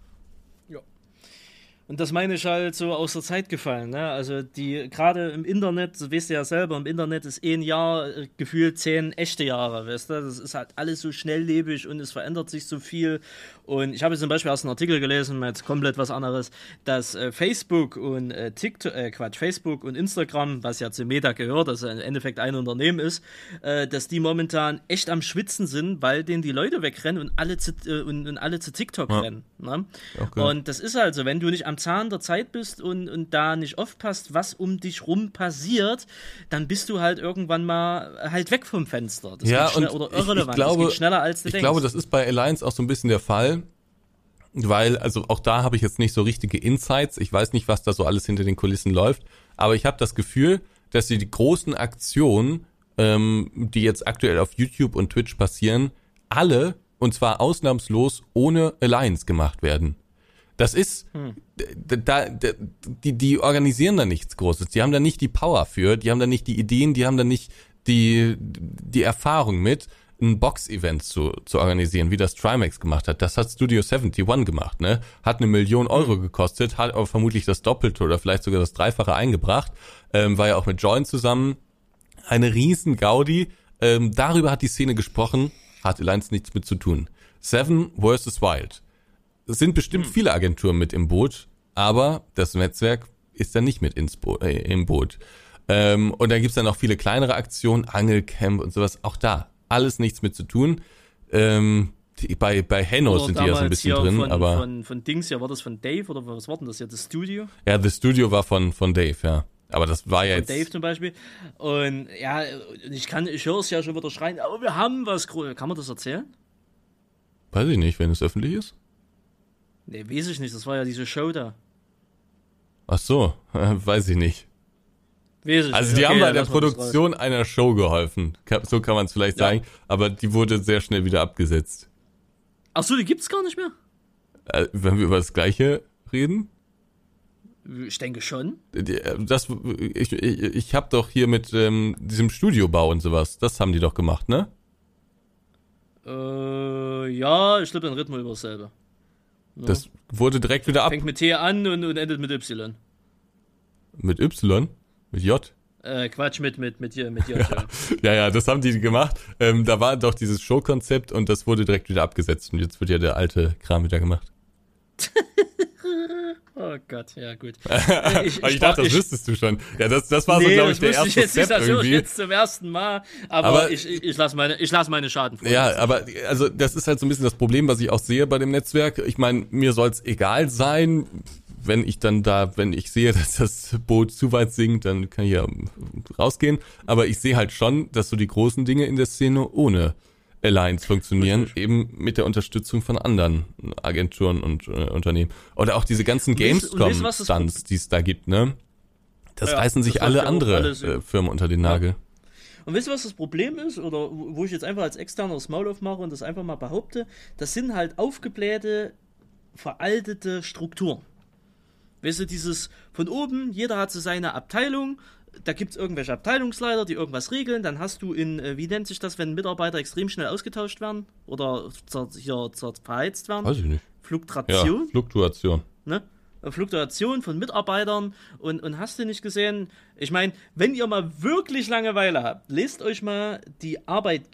Und das meine ich halt so aus der Zeit gefallen, ne? Also die, gerade im Internet, das weißt du ja selber, im Internet ist ein Jahr gefühlt 10 echte Jahre, weißt du? Das ist halt alles so schnelllebig und es verändert sich so viel. Und ich habe jetzt zum Beispiel erst einen Artikel gelesen, mit komplett was anderes, dass Facebook und Facebook und Instagram, was ja zu Meta gehört, das im Endeffekt ein Unternehmen ist, dass die momentan echt am Schwitzen sind, weil denen die Leute wegrennen und alle zu TikTok rennen. Ne? Okay. Und das ist halt so, wenn du nicht am Zahn der Zeit bist und da nicht aufpasst, was um dich rum passiert, dann bist du halt irgendwann mal halt weg vom Fenster. Das geht schnell, oder irrelevant. Ich glaube, das geht schneller als du denkst. Ich glaube, das ist bei Alliance auch so ein bisschen der Fall, weil, also auch da habe ich jetzt nicht so richtige Insights. Ich weiß nicht, was da so alles hinter den Kulissen läuft, aber ich habe das Gefühl, dass die großen Aktionen, die jetzt aktuell auf YouTube und Twitch passieren, alle, und zwar ausnahmslos, ohne Alliance gemacht werden. Das ist, die organisieren da nichts Großes, die haben da nicht die Power für, die haben da nicht die Ideen, die haben da nicht die Erfahrung mit, ein Box-Event zu organisieren, wie das Trimax gemacht hat. Das hat Studio 71 gemacht, ne? Hat 1 Million Euro gekostet, hat aber vermutlich das Doppelte oder vielleicht sogar das Dreifache eingebracht, war ja auch mit Join zusammen. Eine riesen Gaudi. Darüber hat die Szene gesprochen, hat Alliance nichts mit zu tun. Seven vs. Wild. Es sind bestimmt viele Agenturen mit im Boot, aber das Netzwerk ist dann nicht mit im Boot. Und dann gibt's dann noch viele kleinere Aktionen, Angelcamp und sowas, auch da. Alles nichts mit zu tun. Bei Hennos sind die ja so ein bisschen drin, aber... Von Dings, ja, war das von Dave oder was war denn das ja, das Studio? Ja, das Studio war von Dave, ja. Aber das war ja von jetzt... Dave zum Beispiel. Und ja, ich höre es ja schon wieder schreien, aber wir haben was Großes. Kann man das erzählen? Weiß ich nicht, wenn es öffentlich ist. Nee, weiß ich nicht, das war ja diese Show da. Ach so, weiß ich nicht. Weiß ich Also nicht. die Okay, haben bei dann der lassen wir das Produktion einer Show geholfen. So kann man es vielleicht sagen. Aber die wurde sehr schnell wieder abgesetzt. Ach so, die gibt's gar nicht mehr? Wenn wir über das Gleiche reden? Ich denke schon. Ich habe doch hier mit diesem Studiobau und sowas, das haben die doch gemacht, ne? Ja, ich glaube, dann reden wir über dasselbe. Ja. Das wurde direkt wieder Fängt mit T an und endet mit Y. Mit Y? Mit J? Quatsch, mit J. Ja, das haben die gemacht. Da war doch dieses Showkonzept und das wurde direkt wieder abgesetzt. Und jetzt wird ja der alte Kram wieder gemacht. Oh Gott, ja gut. Ich dachte, das wüsstest du schon. Ja, das war so, glaube ich, der erste jetzt Step nicht, irgendwie. Jetzt zum ersten Mal, aber ich lasse meine Schaden vor. Ja, aber also das ist halt so ein bisschen das Problem, was ich auch sehe bei dem Netzwerk. Ich meine, mir soll es egal sein, wenn ich sehe, dass das Boot zu weit sinkt, dann kann ich ja rausgehen. Aber ich sehe halt schon, dass so die großen Dinge in der Szene ohne Alliance funktionieren, eben mit der Unterstützung von anderen Agenturen und Unternehmen. Oder auch diese ganzen Gamescom-Stunts, die es da gibt, ne? Das reißen sich alle andere Firmen unter den Nagel. Und wisst ihr, was das Problem ist? Oder wo ich jetzt einfach als Externer das Maul aufmache und das einfach mal behaupte, das sind halt aufgeblähte, veraltete Strukturen. Weißt du, dieses von oben, jeder hat so seine Abteilung, da gibt es irgendwelche Abteilungsleiter, die irgendwas regeln, dann hast du wie nennt sich das, wenn Mitarbeiter extrem schnell ausgetauscht werden oder verheizt werden? Weiß ich nicht. Fluktuation. Ja, Fluktuation. Ne? Fluktuation von Mitarbeitern und hast du nicht gesehen, ich meine, wenn ihr mal wirklich Langeweile habt, lest euch mal die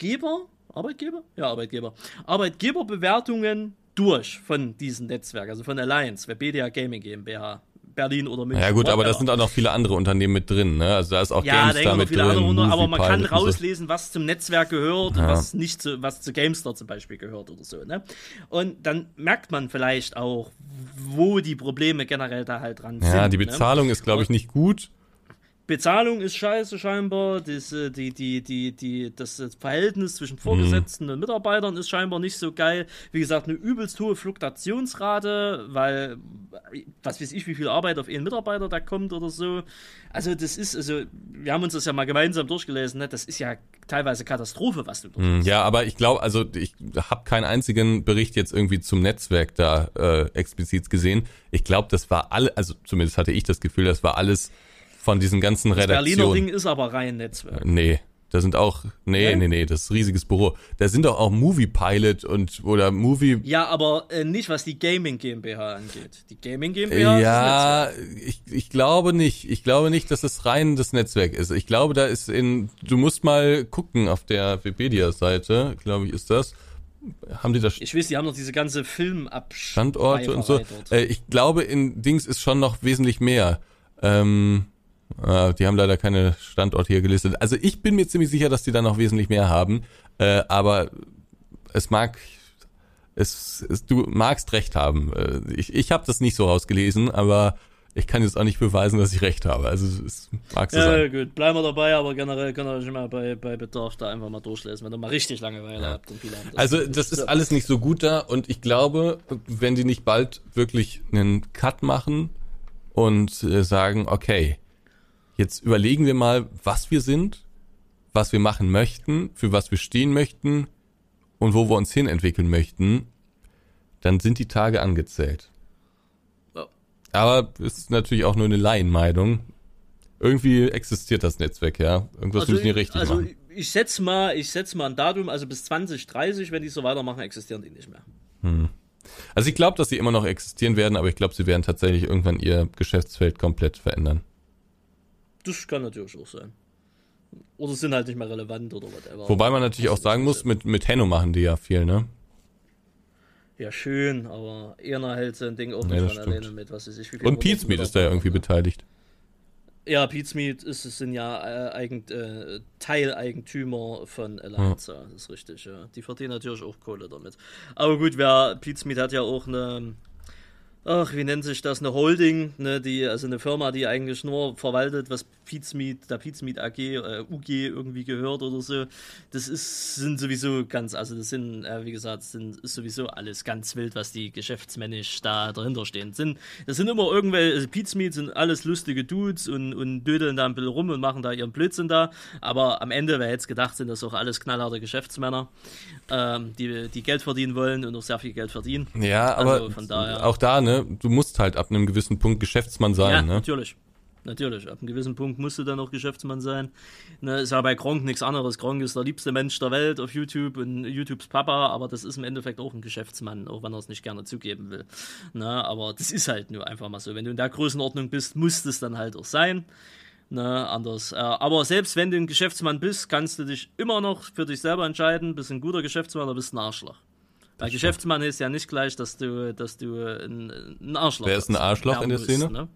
Arbeitgeberbewertungen durch von diesem Netzwerk, also von Alliance, Webedia Gaming GmbH, Berlin oder München. Ja gut, aber da sind auch noch viele andere Unternehmen mit drin, ne? Also da ist auch ja, GameStar mit drin. Aber man kann rauslesen, was zum Netzwerk gehört und was nicht was zu GameStar zum Beispiel gehört oder so, ne? Und dann merkt man vielleicht auch, wo die Probleme generell da halt dran sind. Ja, die Bezahlung ist, glaube ich, nicht gut. Bezahlung ist scheiße scheinbar, das Verhältnis zwischen Vorgesetzten und Mitarbeitern ist scheinbar nicht so geil. Wie gesagt, eine übelst hohe Fluktuationsrate, weil, was weiß ich, wie viel Arbeit auf einen Mitarbeiter da kommt oder so. Also wir haben uns das ja mal gemeinsam durchgelesen, ne? Das ist ja teilweise Katastrophe, was du dort hast. Ja, aber ich glaube, also ich habe keinen einzigen Bericht jetzt irgendwie zum Netzwerk da explizit gesehen. Ich glaube, das war also zumindest hatte ich das Gefühl, das war alles von diesen ganzen Redaktionen. Das Berliner Ding ist aber rein Netzwerk. Nee, da sind auch, nee, das ist ein riesiges Büro. Da sind doch auch Movie Pilot oder Movie... Ja, aber nicht, was die Gaming GmbH angeht. Die Gaming GmbH ja, ist das Netzwerk. Ich glaube nicht. Ich glaube nicht, dass es rein das Netzwerk ist. Ich glaube, da ist du musst mal gucken auf der Wikipedia-Seite, glaube ich, ist das. Haben die das... Ich weiß, die haben noch diese ganze Standorte und so. Ich glaube, in Dings ist schon noch wesentlich mehr. Die haben leider keine Standorte hier gelistet. Also ich bin mir ziemlich sicher, dass die da noch wesentlich mehr haben. Aber du magst recht haben. Ich habe das nicht so rausgelesen, aber ich kann jetzt auch nicht beweisen, dass ich recht habe. Also es mag so sein. Ja gut, bleiben wir dabei, aber generell könnt ihr euch immer bei Bedarf da einfach mal durchlesen, wenn ihr mal richtig Langeweile habt. Und viele haben das. Also das ist alles nicht so gut da und ich glaube, wenn die nicht bald wirklich einen Cut machen und sagen, okay, jetzt überlegen wir mal, was wir sind, was wir machen möchten, für was wir stehen möchten und wo wir uns hin entwickeln möchten, dann sind die Tage angezählt. Ja. Aber es ist natürlich auch nur eine Laienmeinung. Irgendwie existiert das Netzwerk, ja. Irgendwas müssen die richtig machen. Ich setz mal ein Datum, also bis 2030, wenn die so weitermachen, existieren die nicht mehr. Also ich glaube, dass sie immer noch existieren werden, aber ich glaube, sie werden tatsächlich irgendwann ihr Geschäftsfeld komplett verändern. Das kann natürlich auch sein. Oder sind halt nicht mehr relevant oder whatever. Wobei man natürlich auch sagen muss, mit Henno machen die ja viel, ne? Ja, schön, aber Erna hält sein Ding auch Ja, nicht das von stimmt. alleine mit, was weiß ich. Wie viel Und Pizmeet ist da ja irgendwie beteiligt. Ja, Pizmeet sind ja Teileigentümer von Allianza, das ist richtig, ja. Die verdienen natürlich auch Kohle damit. Aber gut, Pizmeet hat ja auch wie nennt sich das, eine Holding, ne, also eine Firma, die eigentlich nur verwaltet, was der Pizmeet AG, UG irgendwie gehört oder so. Sind sowieso das sind, wie gesagt, ist sowieso alles ganz wild, was die geschäftsmännisch da dahinter stehen. Das sind immer irgendwelche, Pizmeet sind alles lustige Dudes und dödeln da ein bisschen rum und machen da ihren Blödsinn da, aber am Ende, wer hätte es gedacht, sind das auch alles knallharte Geschäftsmänner, die Geld verdienen wollen und auch sehr viel Geld verdienen. Ja, aber also von daher, auch da, ne, du musst halt ab einem gewissen Punkt Geschäftsmann sein, ja, ne? Natürlich. Ab einem gewissen Punkt musst du dann auch Geschäftsmann sein. Ne, ist ja bei Gronkh nichts anderes. Gronkh ist der liebste Mensch der Welt auf YouTube und YouTubes Papa, aber das ist im Endeffekt auch ein Geschäftsmann, auch wenn er es nicht gerne zugeben will. Ne, aber das ist halt nur einfach mal so. Wenn du in der Größenordnung bist, muss es dann halt auch sein. Ne, anders. Aber selbst wenn du ein Geschäftsmann bist, kannst du dich immer noch für dich selber entscheiden, bist ein guter Geschäftsmann oder bist ein Arschloch. Weil Geschäftsmann ist ja nicht gleich, dass du ein Arschloch bist. Wer ist ein Arschloch in der Szene? Ne?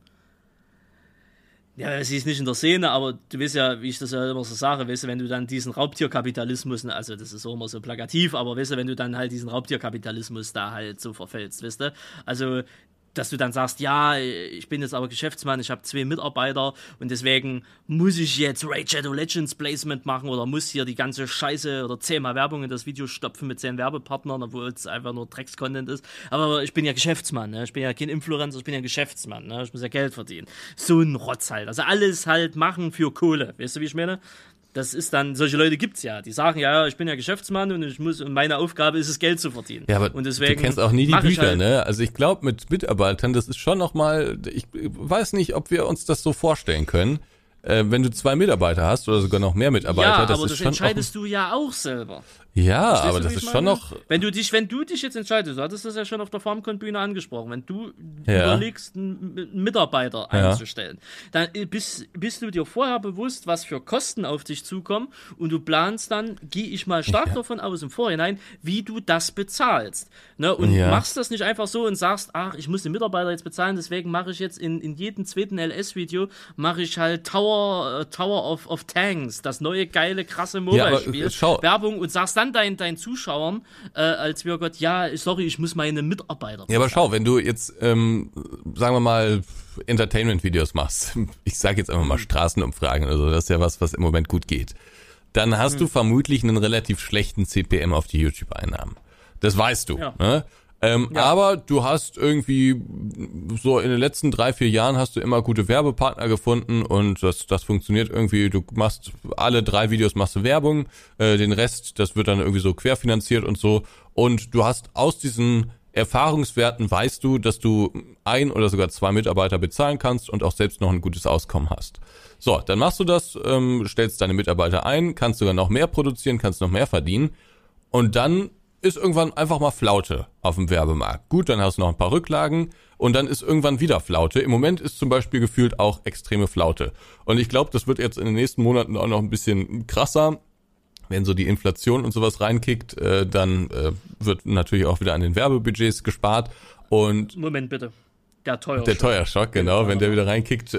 Ja, sie ist nicht in der Szene, aber du weißt ja, wie ich das ja immer so sage, weißt du, wenn du dann diesen Raubtierkapitalismus, also das ist auch immer so plakativ, aber weißt du, wenn du dann halt diesen Raubtierkapitalismus da halt so verfällst, weißt du, also dass du dann sagst, ja, ich bin jetzt aber Geschäftsmann, ich habe 2 Mitarbeiter und deswegen muss ich jetzt Raid Shadow Legends Placement machen oder muss hier die ganze Scheiße oder 10-mal Werbung in das Video stopfen mit 10 Werbepartnern, obwohl es einfach nur Dreckscontent ist. Aber ich bin ja Geschäftsmann, ne? Ich bin ja kein Influencer, ich bin ja Geschäftsmann, ne? Ich muss ja Geld verdienen. So ein Rotz halt. Also alles halt machen für Kohle. Weißt du, wie ich meine? Das ist dann, solche Leute gibt's ja, die sagen, ja, ich bin ja Geschäftsmann und meine Aufgabe ist es, Geld zu verdienen. Ja, aber und deswegen du kennst auch nie die Bücher, halt, ne? Also ich glaube, mit Mitarbeitern, das ist schon nochmal, ich weiß nicht, ob wir uns das so vorstellen können. Wenn du 2 Mitarbeiter hast oder sogar noch mehr Mitarbeiter, das ist das schon entscheidest du ja auch selber. Ja, Verstehst aber du, das wie ich ist schon meine? noch. Wenn du dich jetzt entscheidest, du hattest das ja schon auf der FarmCon-Bühne angesprochen, wenn du Ja. überlegst, einen Mitarbeiter einzustellen, dann bist du dir vorher bewusst, was für Kosten auf dich zukommen und du planst dann, gehe ich mal stark davon aus im Vorhinein, wie du das bezahlst. Ne? Und machst das nicht einfach so und sagst, ach, ich muss den Mitarbeiter jetzt bezahlen, deswegen mache ich jetzt in jedem zweiten LS-Video, mache ich halt Tower of Tanks, das neue, geile, krasse Mobile-Spiel, Werbung und sagst dann deinen Zuschauern, als wir Gott, ja, sorry, ich muss meine Mitarbeiter bezahlen. Ja, aber schau, wenn du jetzt, sagen wir mal, Entertainment-Videos machst, ich sage jetzt einfach mal Straßenumfragen oder so, das ist ja was im Moment gut geht, dann hast du vermutlich einen relativ schlechten CPM auf die YouTube-Einnahmen. Das weißt du, ne? Aber du hast irgendwie so in den letzten 3-4 Jahren hast du immer gute Werbepartner gefunden und das funktioniert irgendwie. Du machst alle 3 Videos machst du Werbung, den Rest, das wird dann irgendwie so querfinanziert und so. Und du hast aus diesen Erfahrungswerten weißt du, dass du 1 oder sogar 2 Mitarbeiter bezahlen kannst und auch selbst noch ein gutes Auskommen hast. So, dann machst du das, stellst deine Mitarbeiter ein, kannst sogar noch mehr produzieren, kannst noch mehr verdienen und dann ist irgendwann einfach mal Flaute auf dem Werbemarkt. Gut, dann hast du noch ein paar Rücklagen und dann ist irgendwann wieder Flaute. Im Moment ist zum Beispiel gefühlt auch extreme Flaute. Und ich glaube, das wird jetzt in den nächsten Monaten auch noch ein bisschen krasser. Wenn so die Inflation und sowas reinkickt, dann wird natürlich auch wieder an den Werbebudgets gespart. Und Moment bitte. Der Teuerschock, genau, wenn der wieder reinkickt,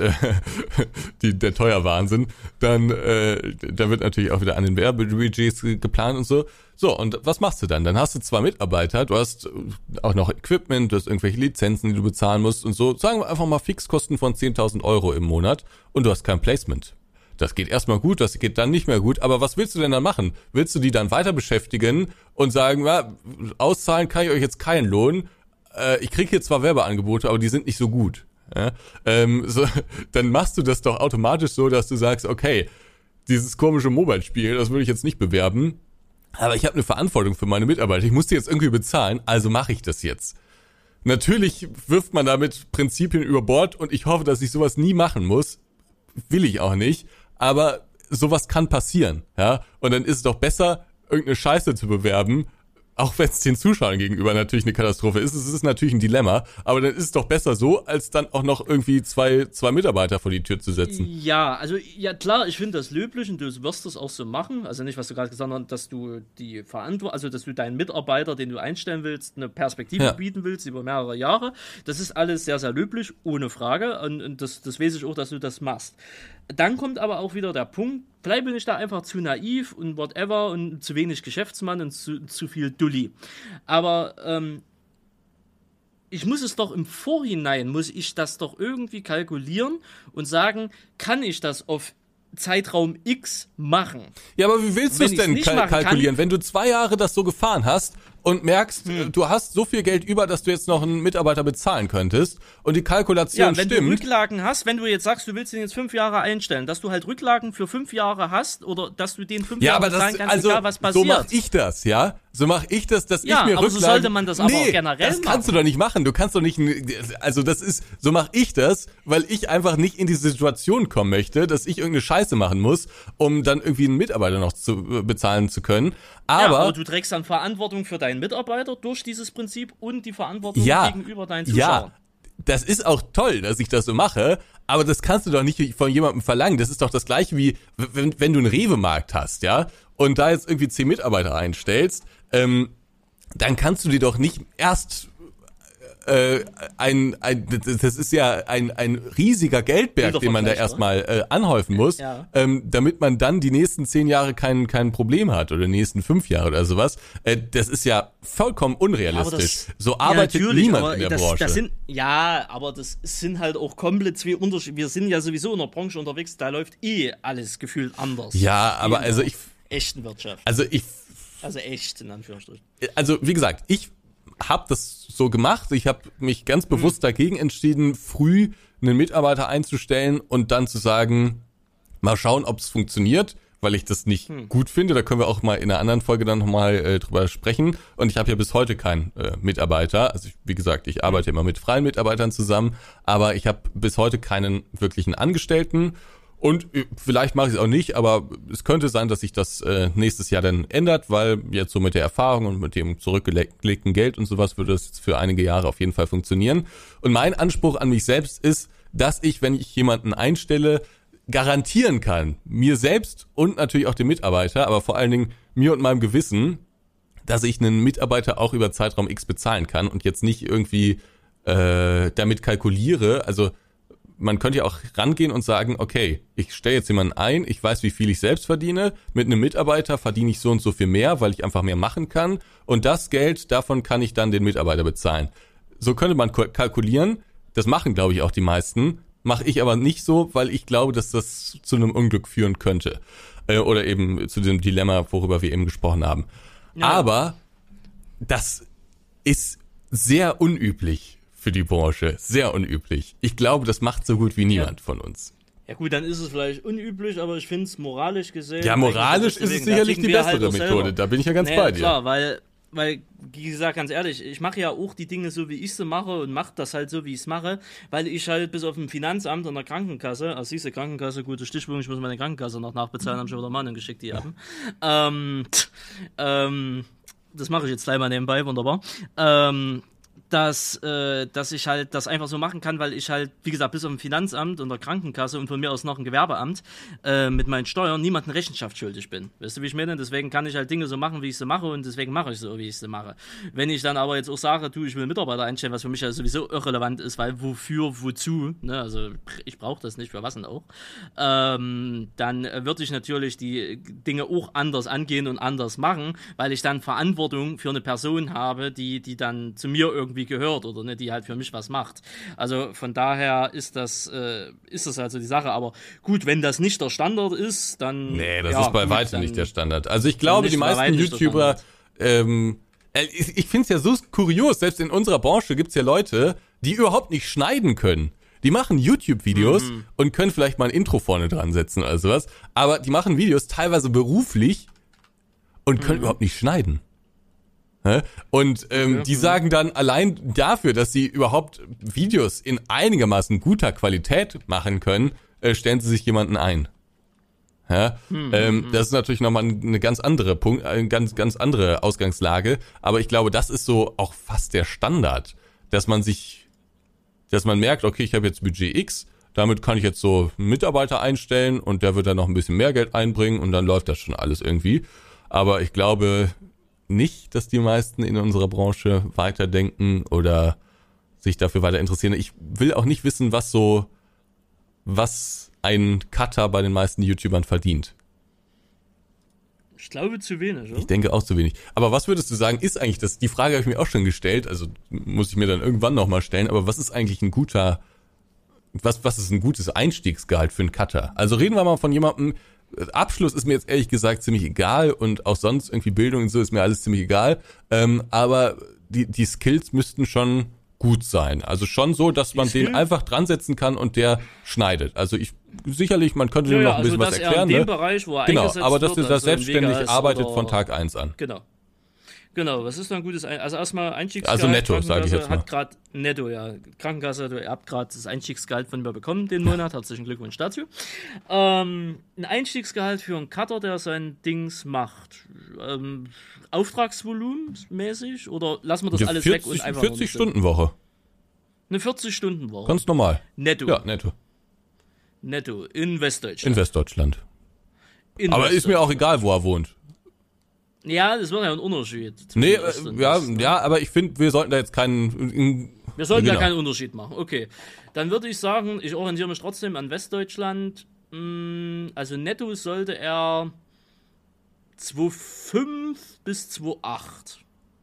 der Teuerwahnsinn, dann da wird natürlich auch wieder an den Werbebudgets geplant und so. So, und was machst du dann? Dann hast du 2 Mitarbeiter, du hast auch noch Equipment, du hast irgendwelche Lizenzen, die du bezahlen musst und so. Sagen wir einfach mal Fixkosten von 10.000 Euro im Monat und du hast kein Placement. Das geht erstmal gut, das geht dann nicht mehr gut, aber was willst du denn dann machen? Willst du die dann weiter beschäftigen und sagen, ja, auszahlen kann ich euch jetzt keinen Lohn, ich kriege hier zwar Werbeangebote, aber die sind nicht so gut. Ja? Dann machst du das doch automatisch so, dass du sagst, okay, dieses komische Mobile-Spiel, das würde ich jetzt nicht bewerben, aber ich habe eine Verantwortung für meine Mitarbeiter, ich muss die jetzt irgendwie bezahlen, also mache ich das jetzt. Natürlich wirft man damit Prinzipien über Bord und ich hoffe, dass ich sowas nie machen muss, will ich auch nicht, aber sowas kann passieren. Ja? Und dann ist es doch besser, irgendeine Scheiße zu bewerben, Auch wenn es den Zuschauern gegenüber natürlich eine Katastrophe ist, es ist natürlich ein Dilemma, aber dann ist es doch besser so, als dann auch noch irgendwie zwei Mitarbeiter vor die Tür zu setzen. Ja, also ja klar, ich finde das löblich und du wirst das auch so machen. Also nicht, was du gerade gesagt hast, dass du die Verantwortung, also dass du deinen Mitarbeiter, den du einstellen willst, eine Perspektive bieten willst über mehrere Jahre. Das ist alles sehr, sehr löblich, ohne Frage. Und das weiß ich auch, dass du das machst. Dann kommt aber auch wieder der Punkt, vielleicht bin ich da einfach zu naiv und whatever und zu wenig Geschäftsmann und zu viel Dulli. Aber ich muss es doch im Vorhinein, muss ich das doch irgendwie kalkulieren und sagen, kann ich das auf Zeitraum X machen? Ja, aber wie willst du es denn kalkulieren, wenn du 2 Jahre das so gefahren hast und merkst, du hast so viel Geld über, dass du jetzt noch einen Mitarbeiter bezahlen könntest und die Kalkulation stimmt. Ja, wenn du Rücklagen hast, wenn du jetzt sagst, du willst den jetzt 5 Jahre einstellen, dass du halt Rücklagen für 5 Jahre hast oder dass du den 5 Jahre bezahlen kannst, also, egal was passiert. So mache ich das, ja? So mache ich das, dass ich mir Rücklagen... Ja, aber so sollte man das aber auch generell das kannst du doch nicht machen. Du kannst doch nicht... Also das ist... So mache ich das, weil ich einfach nicht in die Situation kommen möchte, dass ich irgendeine Scheiße machen muss, um dann irgendwie einen Mitarbeiter noch bezahlen zu können. Aber du trägst dann Verantwortung für deinen Mitarbeiter durch dieses Prinzip und die Verantwortung gegenüber deinen Zuschauern. Ja, das ist auch toll, dass ich das so mache, aber das kannst du doch nicht von jemandem verlangen. Das ist doch das Gleiche wie, wenn du einen Rewe-Markt hast, ja, und da jetzt irgendwie 10 Mitarbeiter einstellst, dann kannst du die doch nicht erst das ist ja ein riesiger Geldberg, den man da erstmal anhäufen muss, damit man dann die nächsten 10 Jahre kein Problem hat oder die nächsten 5 Jahre oder sowas. Das ist ja vollkommen unrealistisch. So arbeitet niemand in der Branche. Aber das sind halt auch komplett 2 Unterschiede. Wir sind ja sowieso in der Branche unterwegs, da läuft alles gefühlt anders. Ja, aber also echten Wirtschaft. Also echt, in Anführungsstrichen. Also wie gesagt, ich habe das so gemacht. Ich habe mich ganz bewusst dagegen entschieden, früh einen Mitarbeiter einzustellen und dann zu sagen, mal schauen, ob es funktioniert, weil ich das nicht gut finde. Da können wir auch mal in einer anderen Folge dann nochmal drüber sprechen. Und ich habe ja bis heute keinen Mitarbeiter. Also wie gesagt, ich arbeite immer mit freien Mitarbeitern zusammen, aber ich habe bis heute keinen wirklichen Angestellten. Und vielleicht mache ich es auch nicht, aber es könnte sein, dass sich das nächstes Jahr dann ändert, weil jetzt so mit der Erfahrung und mit dem zurückgelegten Geld und sowas würde das jetzt für einige Jahre auf jeden Fall funktionieren. Und mein Anspruch an mich selbst ist, dass ich, wenn ich jemanden einstelle, garantieren kann, mir selbst und natürlich auch dem Mitarbeiter, aber vor allen Dingen mir und meinem Gewissen, dass ich einen Mitarbeiter auch über Zeitraum X bezahlen kann und jetzt nicht irgendwie damit kalkuliere, also man könnte ja auch rangehen und sagen, okay, ich stelle jetzt jemanden ein, ich weiß, wie viel ich selbst verdiene, mit einem Mitarbeiter verdiene ich so und so viel mehr, weil ich einfach mehr machen kann und das Geld, davon kann ich dann den Mitarbeiter bezahlen. So könnte man kalkulieren, das machen, glaube ich, auch die meisten, mache ich aber nicht so, weil ich glaube, dass das zu einem Unglück führen könnte oder eben zu dem Dilemma, worüber wir eben gesprochen haben. Ja. Aber das ist sehr unüblich für die Branche. Sehr unüblich. Ich glaube, das macht so gut wie niemand von uns. Ja gut, dann ist es vielleicht unüblich, aber ich finde es moralisch gesehen... Ja, moralisch ist es sicherlich die bessere Methode. Da bin ich ja ganz bei dir. Klar, weil, wie gesagt, ganz ehrlich, ich mache ja auch die Dinge so, wie ich sie mache und mache das halt so, wie ich es mache, weil ich halt bis auf ein Finanzamt und der Krankenkasse, also siehst du, Krankenkasse, gute Stichpunkt, ich muss meine Krankenkasse noch nachbezahlen, haben schon wieder Mannen geschickt, die haben. Das mache ich jetzt gleich mal nebenbei, wunderbar. Dass ich halt das einfach so machen kann, weil ich halt, wie gesagt, bis auf ein Finanzamt und der Krankenkasse und von mir aus noch ein Gewerbeamt mit meinen Steuern niemandem Rechenschaft schuldig bin. Weißt du, wie ich meine? Deswegen kann ich halt Dinge so machen, wie ich sie mache und deswegen mache ich so, wie ich sie mache. Wenn ich dann aber jetzt auch sage, ich will Mitarbeiter einstellen, was für mich ja sowieso irrelevant ist, weil wozu, ne? Also ich brauche das nicht, für was denn auch, dann würde ich natürlich die Dinge auch anders angehen und anders machen, weil ich dann Verantwortung für eine Person habe, die dann zu mir irgendwie gehört oder ne, die halt für mich was macht. Also von daher ist das also die Sache. Aber gut, wenn das nicht der Standard ist, dann... Nee, das ist bei weitem nicht der Standard. Also ich glaube, die meisten YouTuber... ich finde es ja so kurios, selbst in unserer Branche gibt es ja Leute, die überhaupt nicht schneiden können. Die machen YouTube-Videos und können vielleicht mal ein Intro vorne dran setzen oder sowas, aber die machen Videos teilweise beruflich und können überhaupt nicht schneiden. Und die sagen dann allein dafür, dass sie überhaupt Videos in einigermaßen guter Qualität machen können, stellen sie sich jemanden ein. Ja, das ist natürlich nochmal eine ganz andere eine ganz andere Ausgangslage. Aber ich glaube, das ist so auch fast der Standard, dass man merkt, okay, ich habe jetzt Budget X, damit kann ich jetzt so einen Mitarbeiter einstellen und der wird dann noch ein bisschen mehr Geld einbringen und dann läuft das schon alles irgendwie. Aber ich glaube nicht, dass die meisten in unserer Branche weiterdenken oder sich dafür weiter interessieren. Ich will auch nicht wissen, was ein Cutter bei den meisten YouTubern verdient. Ich glaube zu wenig, oder? Ich denke auch zu wenig. Aber was würdest du sagen, ist eigentlich das? Die Frage habe ich mir auch schon gestellt, also muss ich mir dann irgendwann nochmal stellen, aber was ist eigentlich was ist ein gutes Einstiegsgehalt für einen Cutter? Also reden wir mal von jemandem, Abschluss ist mir jetzt ehrlich gesagt ziemlich egal und auch sonst irgendwie Bildung und so ist mir alles ziemlich egal, aber die Skills müssten schon gut sein. Also schon so, dass man den einfach dran setzen kann und der schneidet. Also man könnte dem noch ein bisschen was erklären. In dem Bereich, wo er eingesetzt aber dass wird, der selbstständig arbeitet von Tag 1 an. Genau, was ist da ein gutes also erstmal Einstiegsgehalt? Also netto, sage ich jetzt mal. Hat gerade netto, ja. Krankenkasse, ihr habt gerade das Einstiegsgehalt von mir bekommen den Monat. Herzlichen Glückwunsch dazu. Ein Einstiegsgehalt für einen Cutter, der sein Dings macht. Auftragsvolumenmäßig oder lassen wir das alles weg und einfach 40-Stunden-Woche. Eine 40-Stunden-Woche. Ganz normal. Netto. Ja, netto. Netto. In Westdeutschland. In Westdeutschland. Aber ist mir auch egal, wo er wohnt. Ja, das wäre ja ein Unterschied. Nee, aber ich finde, wir sollten da jetzt keinen Unterschied machen. Okay. Dann würde ich sagen, ich orientiere mich trotzdem an Westdeutschland. Also netto sollte er 2,5 bis 2,8.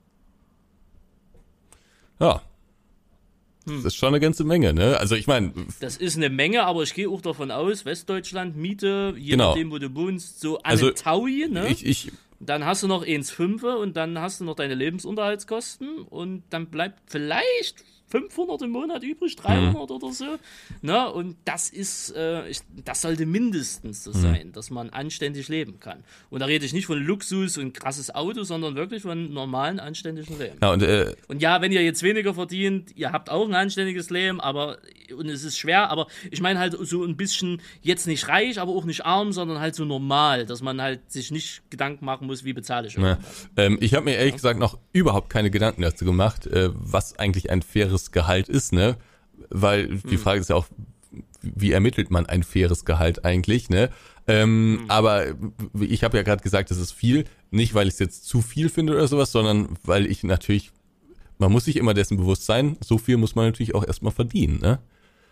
Ja. Das ist schon eine ganze Menge, ne? Also ich meine... Das ist eine Menge, aber ich gehe auch davon aus, Westdeutschland, Miete, je nachdem, wo du wohnst, so eine Taui, ne? Dann hast du noch 1,5 und dann hast du noch deine Lebensunterhaltskosten und dann bleibt vielleicht 500 im Monat übrig, 300 oder so. Ne? Und das ist, das sollte mindestens so sein, dass man anständig leben kann. Und da rede ich nicht von Luxus und krasses Auto, sondern wirklich von normalen, anständigen Leben. Ja, und ja, wenn ihr jetzt weniger verdient, ihr habt auch ein anständiges Leben, und es ist schwer, aber ich meine halt so ein bisschen, jetzt nicht reich, aber auch nicht arm, sondern halt so normal, dass man halt sich nicht Gedanken machen muss, wie bezahle ich irgendwas. Ich habe mir ehrlich gesagt noch überhaupt keine Gedanken dazu gemacht, was eigentlich ein faires Gehalt ist, ne? Weil die Frage ist ja auch, wie ermittelt man ein faires Gehalt eigentlich, ne? Aber ich habe ja gerade gesagt, das ist viel, nicht weil ich es jetzt zu viel finde oder sowas, sondern weil ich natürlich, man muss sich immer dessen bewusst sein, so viel muss man natürlich auch erstmal verdienen, ne?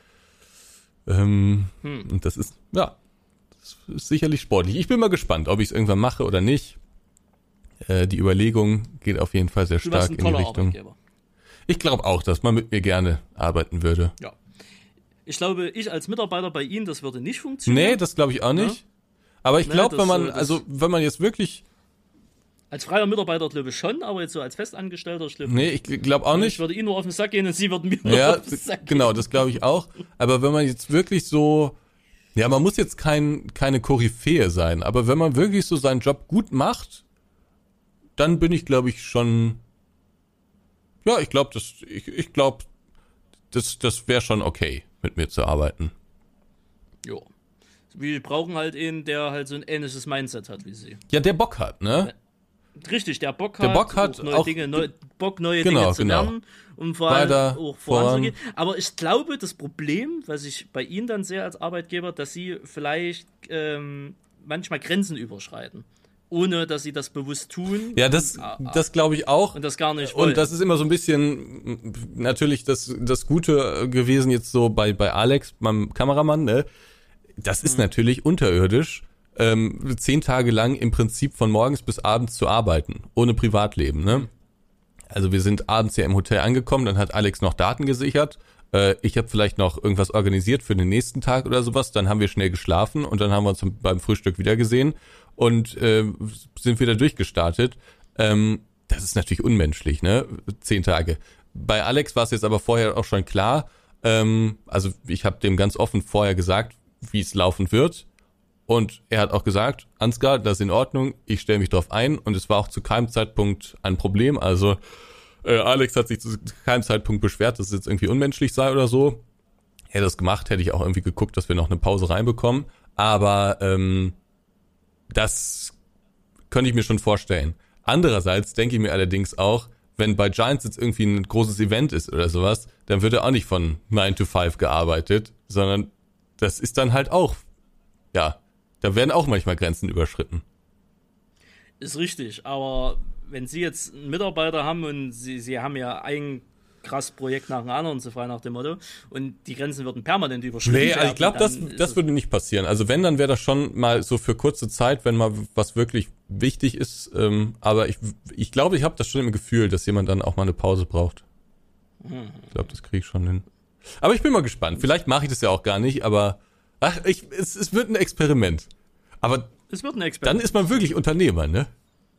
Und das ist sicherlich sportlich. Ich bin mal gespannt, ob ich es irgendwann mache oder nicht. Die Überlegung geht auf jeden Fall sehr stark in die Richtung. Ich glaube auch, dass man mit mir gerne arbeiten würde. Ja. Ich glaube, ich als Mitarbeiter bei Ihnen, das würde nicht funktionieren. Nee, das glaube ich auch nicht. Ja? Aber ich glaube, wenn man jetzt wirklich... Als freier Mitarbeiter glaube ich schon, aber jetzt so als Festangestellter schlimm. Nee, ich glaube auch nicht. Ich würde Ihnen nur auf den Sack gehen und Sie würden mir nur auf den Sack gehen. Genau, das glaube ich auch. Aber wenn man jetzt wirklich so... Ja, man muss jetzt keine Koryphäe sein, aber wenn man wirklich so seinen Job gut macht, dann bin ich, glaube ich, schon... Ja, ich glaube, das wäre schon okay, mit mir zu arbeiten. Jo. Wir brauchen halt einen, der halt so ein ähnliches Mindset hat wie Sie. Ja, der Bock hat, ne? Richtig, der Bock hat neue Dinge zu lernen und vor allem auch voranzugehen. Aber ich glaube, das Problem, was ich bei Ihnen dann sehe als Arbeitgeber, dass Sie vielleicht manchmal Grenzen überschreiten. Ohne, dass sie das bewusst tun. Ja, das glaube ich auch. Und das gar nicht wollen. Und das ist immer so ein bisschen natürlich das Gute gewesen jetzt so bei Alex, meinem Kameramann, ne? Das ist natürlich unterirdisch, 10 Tage lang im Prinzip von morgens bis abends zu arbeiten, ohne Privatleben, ne? Also wir sind abends ja im Hotel angekommen, dann hat Alex noch Daten gesichert. Ich habe vielleicht noch irgendwas organisiert für den nächsten Tag oder sowas. Dann haben wir schnell geschlafen und dann haben wir uns beim Frühstück wieder gesehen und sind wieder durchgestartet. Das ist natürlich unmenschlich, ne? 10 Tage. Bei Alex war es jetzt aber vorher auch schon klar. Also ich habe dem ganz offen vorher gesagt, wie es laufen wird. Und er hat auch gesagt, Ansgar, das ist in Ordnung, ich stelle mich drauf ein. Und es war auch zu keinem Zeitpunkt ein Problem. Also Alex hat sich zu keinem Zeitpunkt beschwert, dass es jetzt irgendwie unmenschlich sei oder so. Hätte das gemacht, hätte ich auch irgendwie geguckt, dass wir noch eine Pause reinbekommen. Aber Das könnte ich mir schon vorstellen. Andererseits denke ich mir allerdings auch, wenn bei Giants jetzt irgendwie ein großes Event ist oder sowas, dann wird er auch nicht von 9 to 5 gearbeitet, sondern das ist dann halt auch, ja, da werden auch manchmal Grenzen überschritten. Ist richtig, aber wenn Sie jetzt einen Mitarbeiter haben und Sie haben ja ein krass Projekt nach dem anderen, so frei nach dem Motto, und die Grenzen würden permanent überschritten werden. Also ich glaube, das würde nicht passieren. Also wenn, dann wäre das schon mal so für kurze Zeit, wenn mal was wirklich wichtig ist. Aber ich glaube, ich habe das schon im Gefühl, dass jemand dann auch mal eine Pause braucht. Ich glaube, das kriege ich schon hin. Aber ich bin mal gespannt. Vielleicht mache ich das ja auch gar nicht, aber es wird ein Experiment. Aber es wird ein Experiment. Dann ist man wirklich Unternehmer, ne?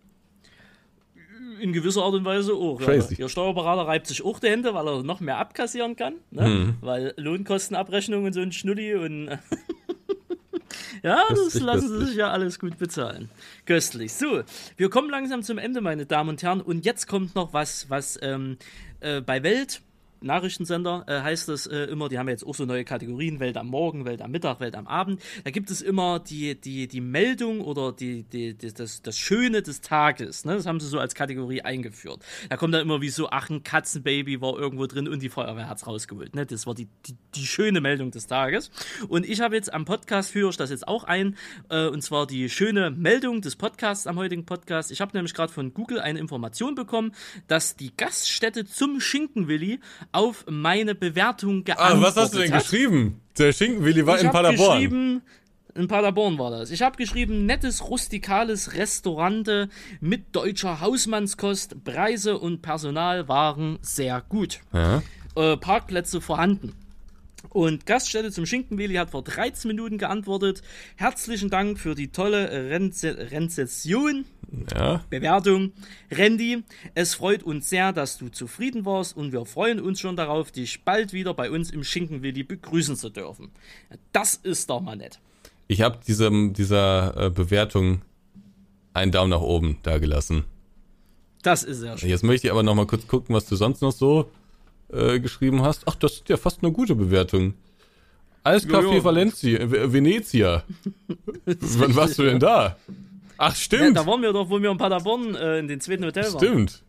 In gewisser Art und Weise auch. Crazy. Ja. Ihr Steuerberater reibt sich auch die Hände, weil er noch mehr abkassieren kann. Ne? Weil Lohnkostenabrechnung und so ein Schnulli und ja, das lassen sie sich ja alles gut bezahlen. Köstlich. So, wir kommen langsam zum Ende, meine Damen und Herren. Und jetzt kommt noch was bei Welt. Nachrichtensender heißt es immer, die haben jetzt auch so neue Kategorien, Welt am Morgen, Welt am Mittag, Welt am Abend. Da gibt es immer die Meldung oder das Schöne des Tages. Ne? Das haben sie so als Kategorie eingeführt. Da kommt dann immer wie so, ach, ein Katzenbaby war irgendwo drin und die Feuerwehr hat's rausgeholt. Ne? Das war die schöne Meldung des Tages. Und ich habe jetzt am Podcast, führe ich das jetzt auch ein, und zwar die schöne Meldung des Podcasts am heutigen Podcast. Ich habe nämlich gerade von Google eine Information bekommen, dass die Gaststätte zum Schinkenwilli auf meine Bewertung geantwortet hat. Was hast du denn geschrieben? Der Schinkenwilli war in Paderborn. In Paderborn war das. Ich habe geschrieben, nettes, rustikales Restaurante mit deutscher Hausmannskost, Preise und Personal waren sehr gut. Ja. Parkplätze vorhanden. Und Gaststätte zum Schinkenwilli hat vor 13 Minuten geantwortet. Herzlichen Dank für die tolle Rezension. Ja. Bewertung. Randy, es freut uns sehr, dass du zufrieden warst und wir freuen uns schon darauf, dich bald wieder bei uns im Schinkenwilli begrüßen zu dürfen. Das ist doch mal nett. Ich habe dieser Bewertung einen Daumen nach oben dagelassen. Das ist sehr schön. Jetzt möchte ich aber noch mal kurz gucken, was du sonst noch so geschrieben hast. Ach, das ist ja fast eine gute Bewertung. Eiscafé Venezia. Wann warst du denn da? Ach, stimmt. Ja, da waren wir doch, wo wir in Paderborn in den zweiten Hotel waren. Stimmt.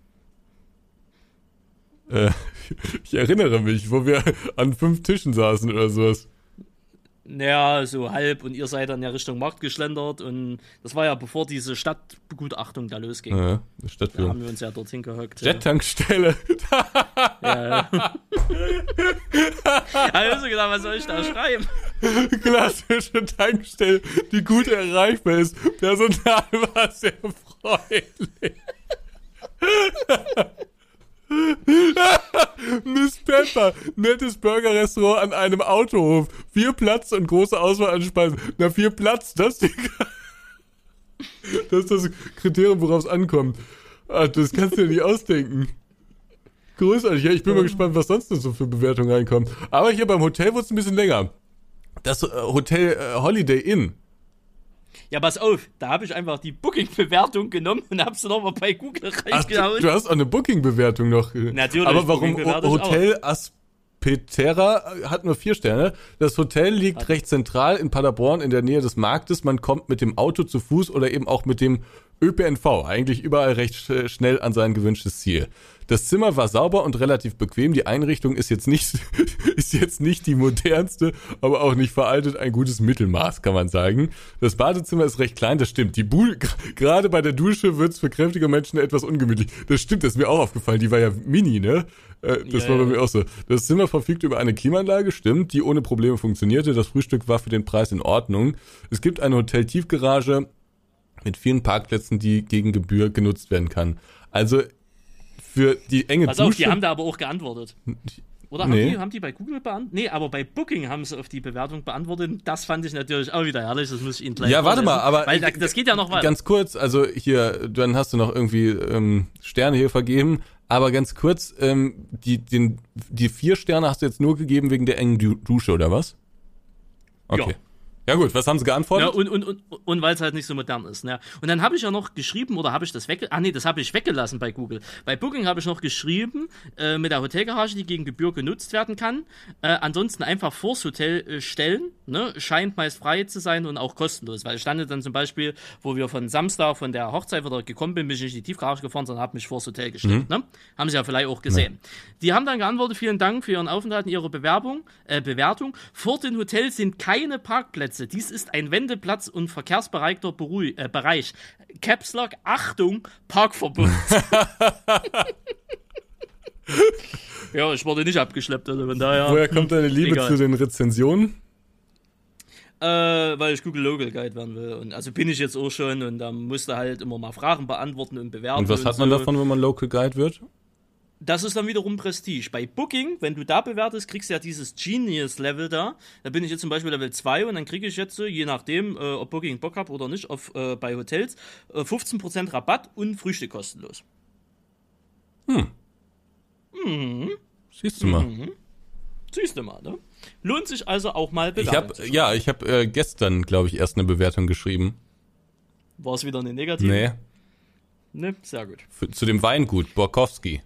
Ich erinnere mich, wo wir an 5 Tischen saßen oder sowas. Naja, so halb, und ihr seid dann ja Richtung Markt geschlendert und das war ja bevor diese Stadtbegutachtung da losging. Ja, da haben wir uns ja dorthin gehockt. Jet-Tankstelle. Ja. Ich habe so gedacht, was soll ich da schreiben? Klassische Tankstelle, die gut erreichbar ist. Personal war sehr freundlich. Miss Pepper, nettes Burgerrestaurant an einem Autohof. 4 Platz und große Auswahl an Speisen. Na, 4 Platz, das ist das Kriterium, worauf es ankommt. Ach, das kannst du dir nicht ausdenken. Großartig, ja, ich bin mal gespannt, was sonst noch so für Bewertungen reinkommen. Aber hier beim Hotel wurde es ein bisschen länger. Das Hotel Holiday Inn. Ja, pass auf, da habe ich einfach die Booking-Bewertung genommen und habe sie nochmal bei Google reingehauen. Ach, du hast auch eine Booking-Bewertung noch. Natürlich. Aber warum Hotel Aspetera hat nur 4 Sterne. Das Hotel liegt recht zentral in Paderborn in der Nähe des Marktes. Man kommt mit dem Auto zu Fuß oder eben auch mit dem ÖPNV eigentlich überall recht schnell an sein gewünschtes Ziel. Das Zimmer war sauber und relativ bequem. Die Einrichtung ist jetzt nicht die modernste, aber auch nicht veraltet. Ein gutes Mittelmaß, kann man sagen. Das Badezimmer ist recht klein, das stimmt. Gerade bei der Dusche wird's für kräftige Menschen etwas ungemütlich. Das stimmt, das ist mir auch aufgefallen. Die war ja mini, ne? Das war bei mir auch so. Das Zimmer verfügt über eine Klimaanlage, stimmt, die ohne Probleme funktionierte. Das Frühstück war für den Preis in Ordnung. Es gibt eine Hotel-Tiefgarage mit vielen Parkplätzen, die gegen Gebühr genutzt werden kann. Also für die enge Dusche... Pass auf, die haben da aber auch geantwortet. Oder Nee. haben die bei Google beantwortet? Nee, aber bei Booking haben sie auf die Bewertung beantwortet. Das fand ich natürlich auch wieder herrlich, das muss ich Ihnen gleich Ja, warte mal, aber... Weil das geht ja noch weiter. Ganz kurz, also hier, dann hast du noch irgendwie Sterne hier vergeben, aber ganz kurz, die 4 Sterne hast du jetzt nur gegeben wegen der engen Dusche, oder was? Okay. Ja gut, was haben sie geantwortet? Ja, und weil es halt nicht so modern ist. Ne? Und dann habe ich ja noch geschrieben, oder habe ich das das habe ich weggelassen bei Google. Bei Booking habe ich noch geschrieben, mit der Hotelgarage, die gegen Gebühr genutzt werden kann. Ansonsten einfach vors Hotel stellen, ne? Scheint meist frei zu sein und auch kostenlos. Weil ich stand dann zum Beispiel, wo wir von Samstag von der Hochzeit wieder gekommen bin, bin ich nicht in die Tiefgarage gefahren, sondern habe mich vors Hotel gestellt. Ne? Haben sie ja vielleicht auch gesehen. Ja. Die haben dann geantwortet, vielen Dank für Ihren Aufenthalt und Ihre Bewertung. Vor den Hotels sind keine Parkplätze. Dies ist ein Wendeplatz und verkehrsbereiter Bereich. Caps Lock, Achtung, Parkverbot. Ja, ich wurde nicht abgeschleppt. Also von daher, woher kommt deine Liebe egal. zu den Rezensionen? Weil ich Google Local Guide werden will. Und also bin ich jetzt auch schon und da musste halt immer mal Fragen beantworten und bewerten. Und was hat man davon, wenn man Local Guide wird? Das ist dann wiederum Prestige. Bei Booking, wenn du da bewertest, kriegst du ja dieses Genius-Level da. Da bin ich jetzt zum Beispiel Level 2 und dann kriege ich jetzt, je nachdem, ob Booking Bock hat oder nicht, bei Hotels 15% Rabatt und Frühstück kostenlos. Siehst du mal. Siehst du mal, ne? Lohnt sich also auch mal bewerten. Ich habe gestern, glaube ich, erst eine Bewertung geschrieben. War es wieder eine negative? Nee. Ne, sehr gut. Zu dem Weingut, Borkowski.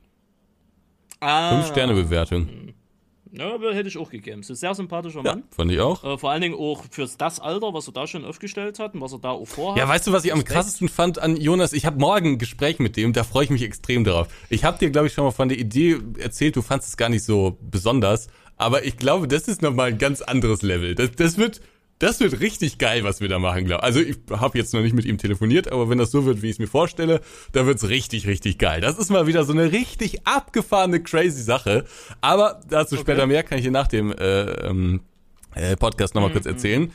5-Sterne-Bewertung. Ja, aber hätte ich auch gegeben. Das ist ein sehr sympathischer Mann. Fand ich auch. Vor allen Dingen auch fürs das Alter, was er da schon aufgestellt hat und was er da auch vorhat. Ja, weißt du, was ich am krassesten fand an Jonas? Ich habe morgen ein Gespräch mit dem, da freue ich mich extrem drauf. Ich habe dir, glaube ich, schon mal von der Idee erzählt, du fandest es gar nicht so besonders, aber ich glaube, das ist nochmal ein ganz anderes Level. Das wird richtig geil, was wir da machen, glaube ich. Also ich habe jetzt noch nicht mit ihm telefoniert, aber wenn das so wird, wie ich es mir vorstelle, da wird's richtig, richtig geil. Das ist mal wieder so eine richtig abgefahrene, crazy Sache. Aber dazu später mehr, kann ich dir nach dem Podcast nochmal kurz erzählen.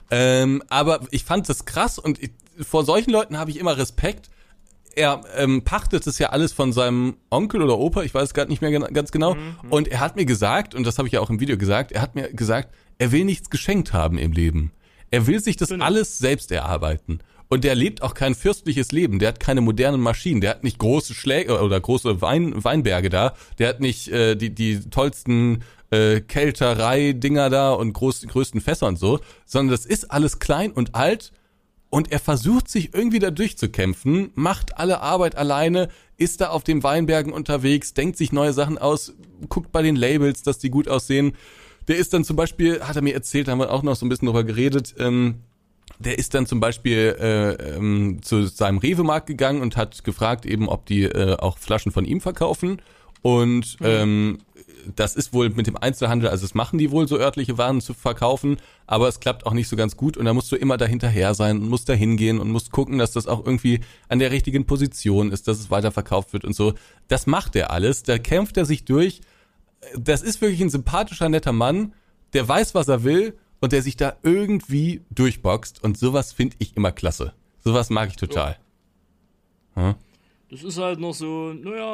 Aber ich fand das krass und vor solchen Leuten habe ich immer Respekt. Er pachtet es ja alles von seinem Onkel oder Opa, ich weiß gar nicht mehr ganz genau. Und er hat mir gesagt, und das habe ich ja auch im Video gesagt, er will nichts geschenkt haben im Leben. Er will sich das alles selbst erarbeiten. Und der lebt auch kein fürstliches Leben. Der hat keine modernen Maschinen. Der hat nicht große Schläge oder große Weinberge da. Der hat nicht die tollsten Kelterei-Dinger da und größten Fässer und so. Sondern das ist alles klein und alt. Und er versucht sich irgendwie da durchzukämpfen, macht alle Arbeit alleine, ist da auf den Weinbergen unterwegs, denkt sich neue Sachen aus, guckt bei den Labels, dass die gut aussehen. Der ist dann zum Beispiel, hat er mir erzählt, haben wir auch noch so ein bisschen drüber geredet, der ist dann zum Beispiel zu seinem Rewe-Markt gegangen und hat gefragt eben, ob die auch Flaschen von ihm verkaufen. Und das ist wohl mit dem Einzelhandel, also das machen die wohl, so örtliche Waren zu verkaufen, aber es klappt auch nicht so ganz gut und da musst du immer dahinterher sein und musst da hingehen und musst gucken, dass das auch irgendwie an der richtigen Position ist, dass es weiterverkauft wird und so. Das macht er alles, da kämpft er sich durch. Das ist wirklich ein sympathischer, netter Mann, der weiß, was er will und der sich da irgendwie durchboxt und sowas finde ich immer klasse. Sowas mag ich total. Ja. Das ist halt noch so,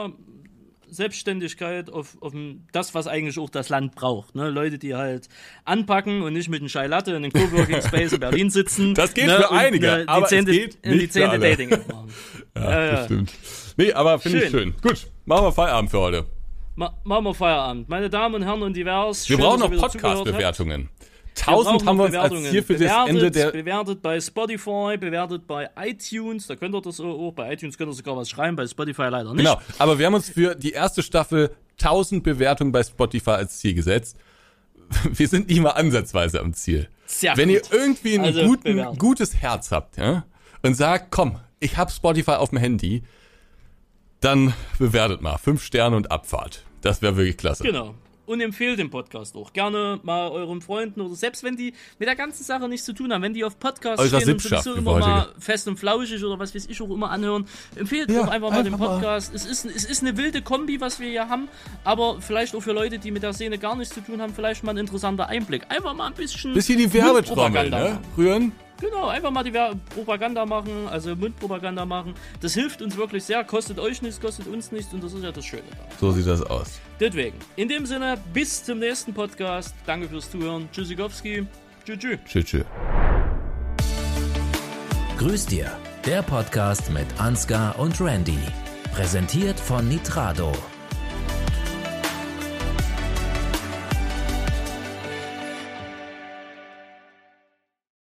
Selbstständigkeit auf das, was eigentlich auch das Land braucht. Ne? Leute, die halt anpacken und nicht mit einem Chai Latte in einem Coworking Space in Berlin sitzen. Das geht für einige, aber es geht nicht die 10. Dating-App machen. Ja, das stimmt. Nee, aber finde ich schön. Gut, machen wir Feierabend für heute. Machen wir Feierabend. Meine Damen und Herren und divers. Wir brauchen noch Podcast-Bewertungen. 1000 haben wir uns als Ziel für das Ende der... Bewertet bei Spotify, bewertet bei iTunes, da könnt ihr das auch, bei iTunes könnt ihr sogar was schreiben, bei Spotify leider nicht. Genau, aber wir haben uns für die erste Staffel 1000 Bewertungen bei Spotify als Ziel gesetzt. Wir sind nicht mal ansatzweise am Ziel. Sehr Wenn gut. ihr irgendwie ein gutes Herz habt, ja, und sagt, komm, ich hab Spotify auf dem Handy, dann bewertet mal 5 Sterne und Abfahrt. Das wäre wirklich klasse. Genau. Und empfehlt den Podcast auch. Gerne mal euren Freunden oder selbst wenn die mit der ganzen Sache nichts zu tun haben, wenn die auf Podcasts stehen und sowieso immer mal fest und flauschig oder was weiß ich auch immer anhören, empfehlt doch einfach mal den Podcast. Es ist eine wilde Kombi, was wir hier haben, aber vielleicht auch für Leute, die mit der Szene gar nichts zu tun haben, vielleicht mal ein interessanter Einblick. Einfach mal ein bisschen die Werbetrommel, ne? Rühren. Genau, einfach mal die Propaganda machen, also Mundpropaganda machen. Das hilft uns wirklich sehr, kostet euch nichts, kostet uns nichts und das ist ja das Schöne daran. So sieht das aus. Deswegen, in dem Sinne, bis zum nächsten Podcast. Danke fürs Zuhören. Tschüssikowski. Tschüss. Tschüss. Grüß dir, der Podcast mit Ansgar und Randy. Präsentiert von Nitrado.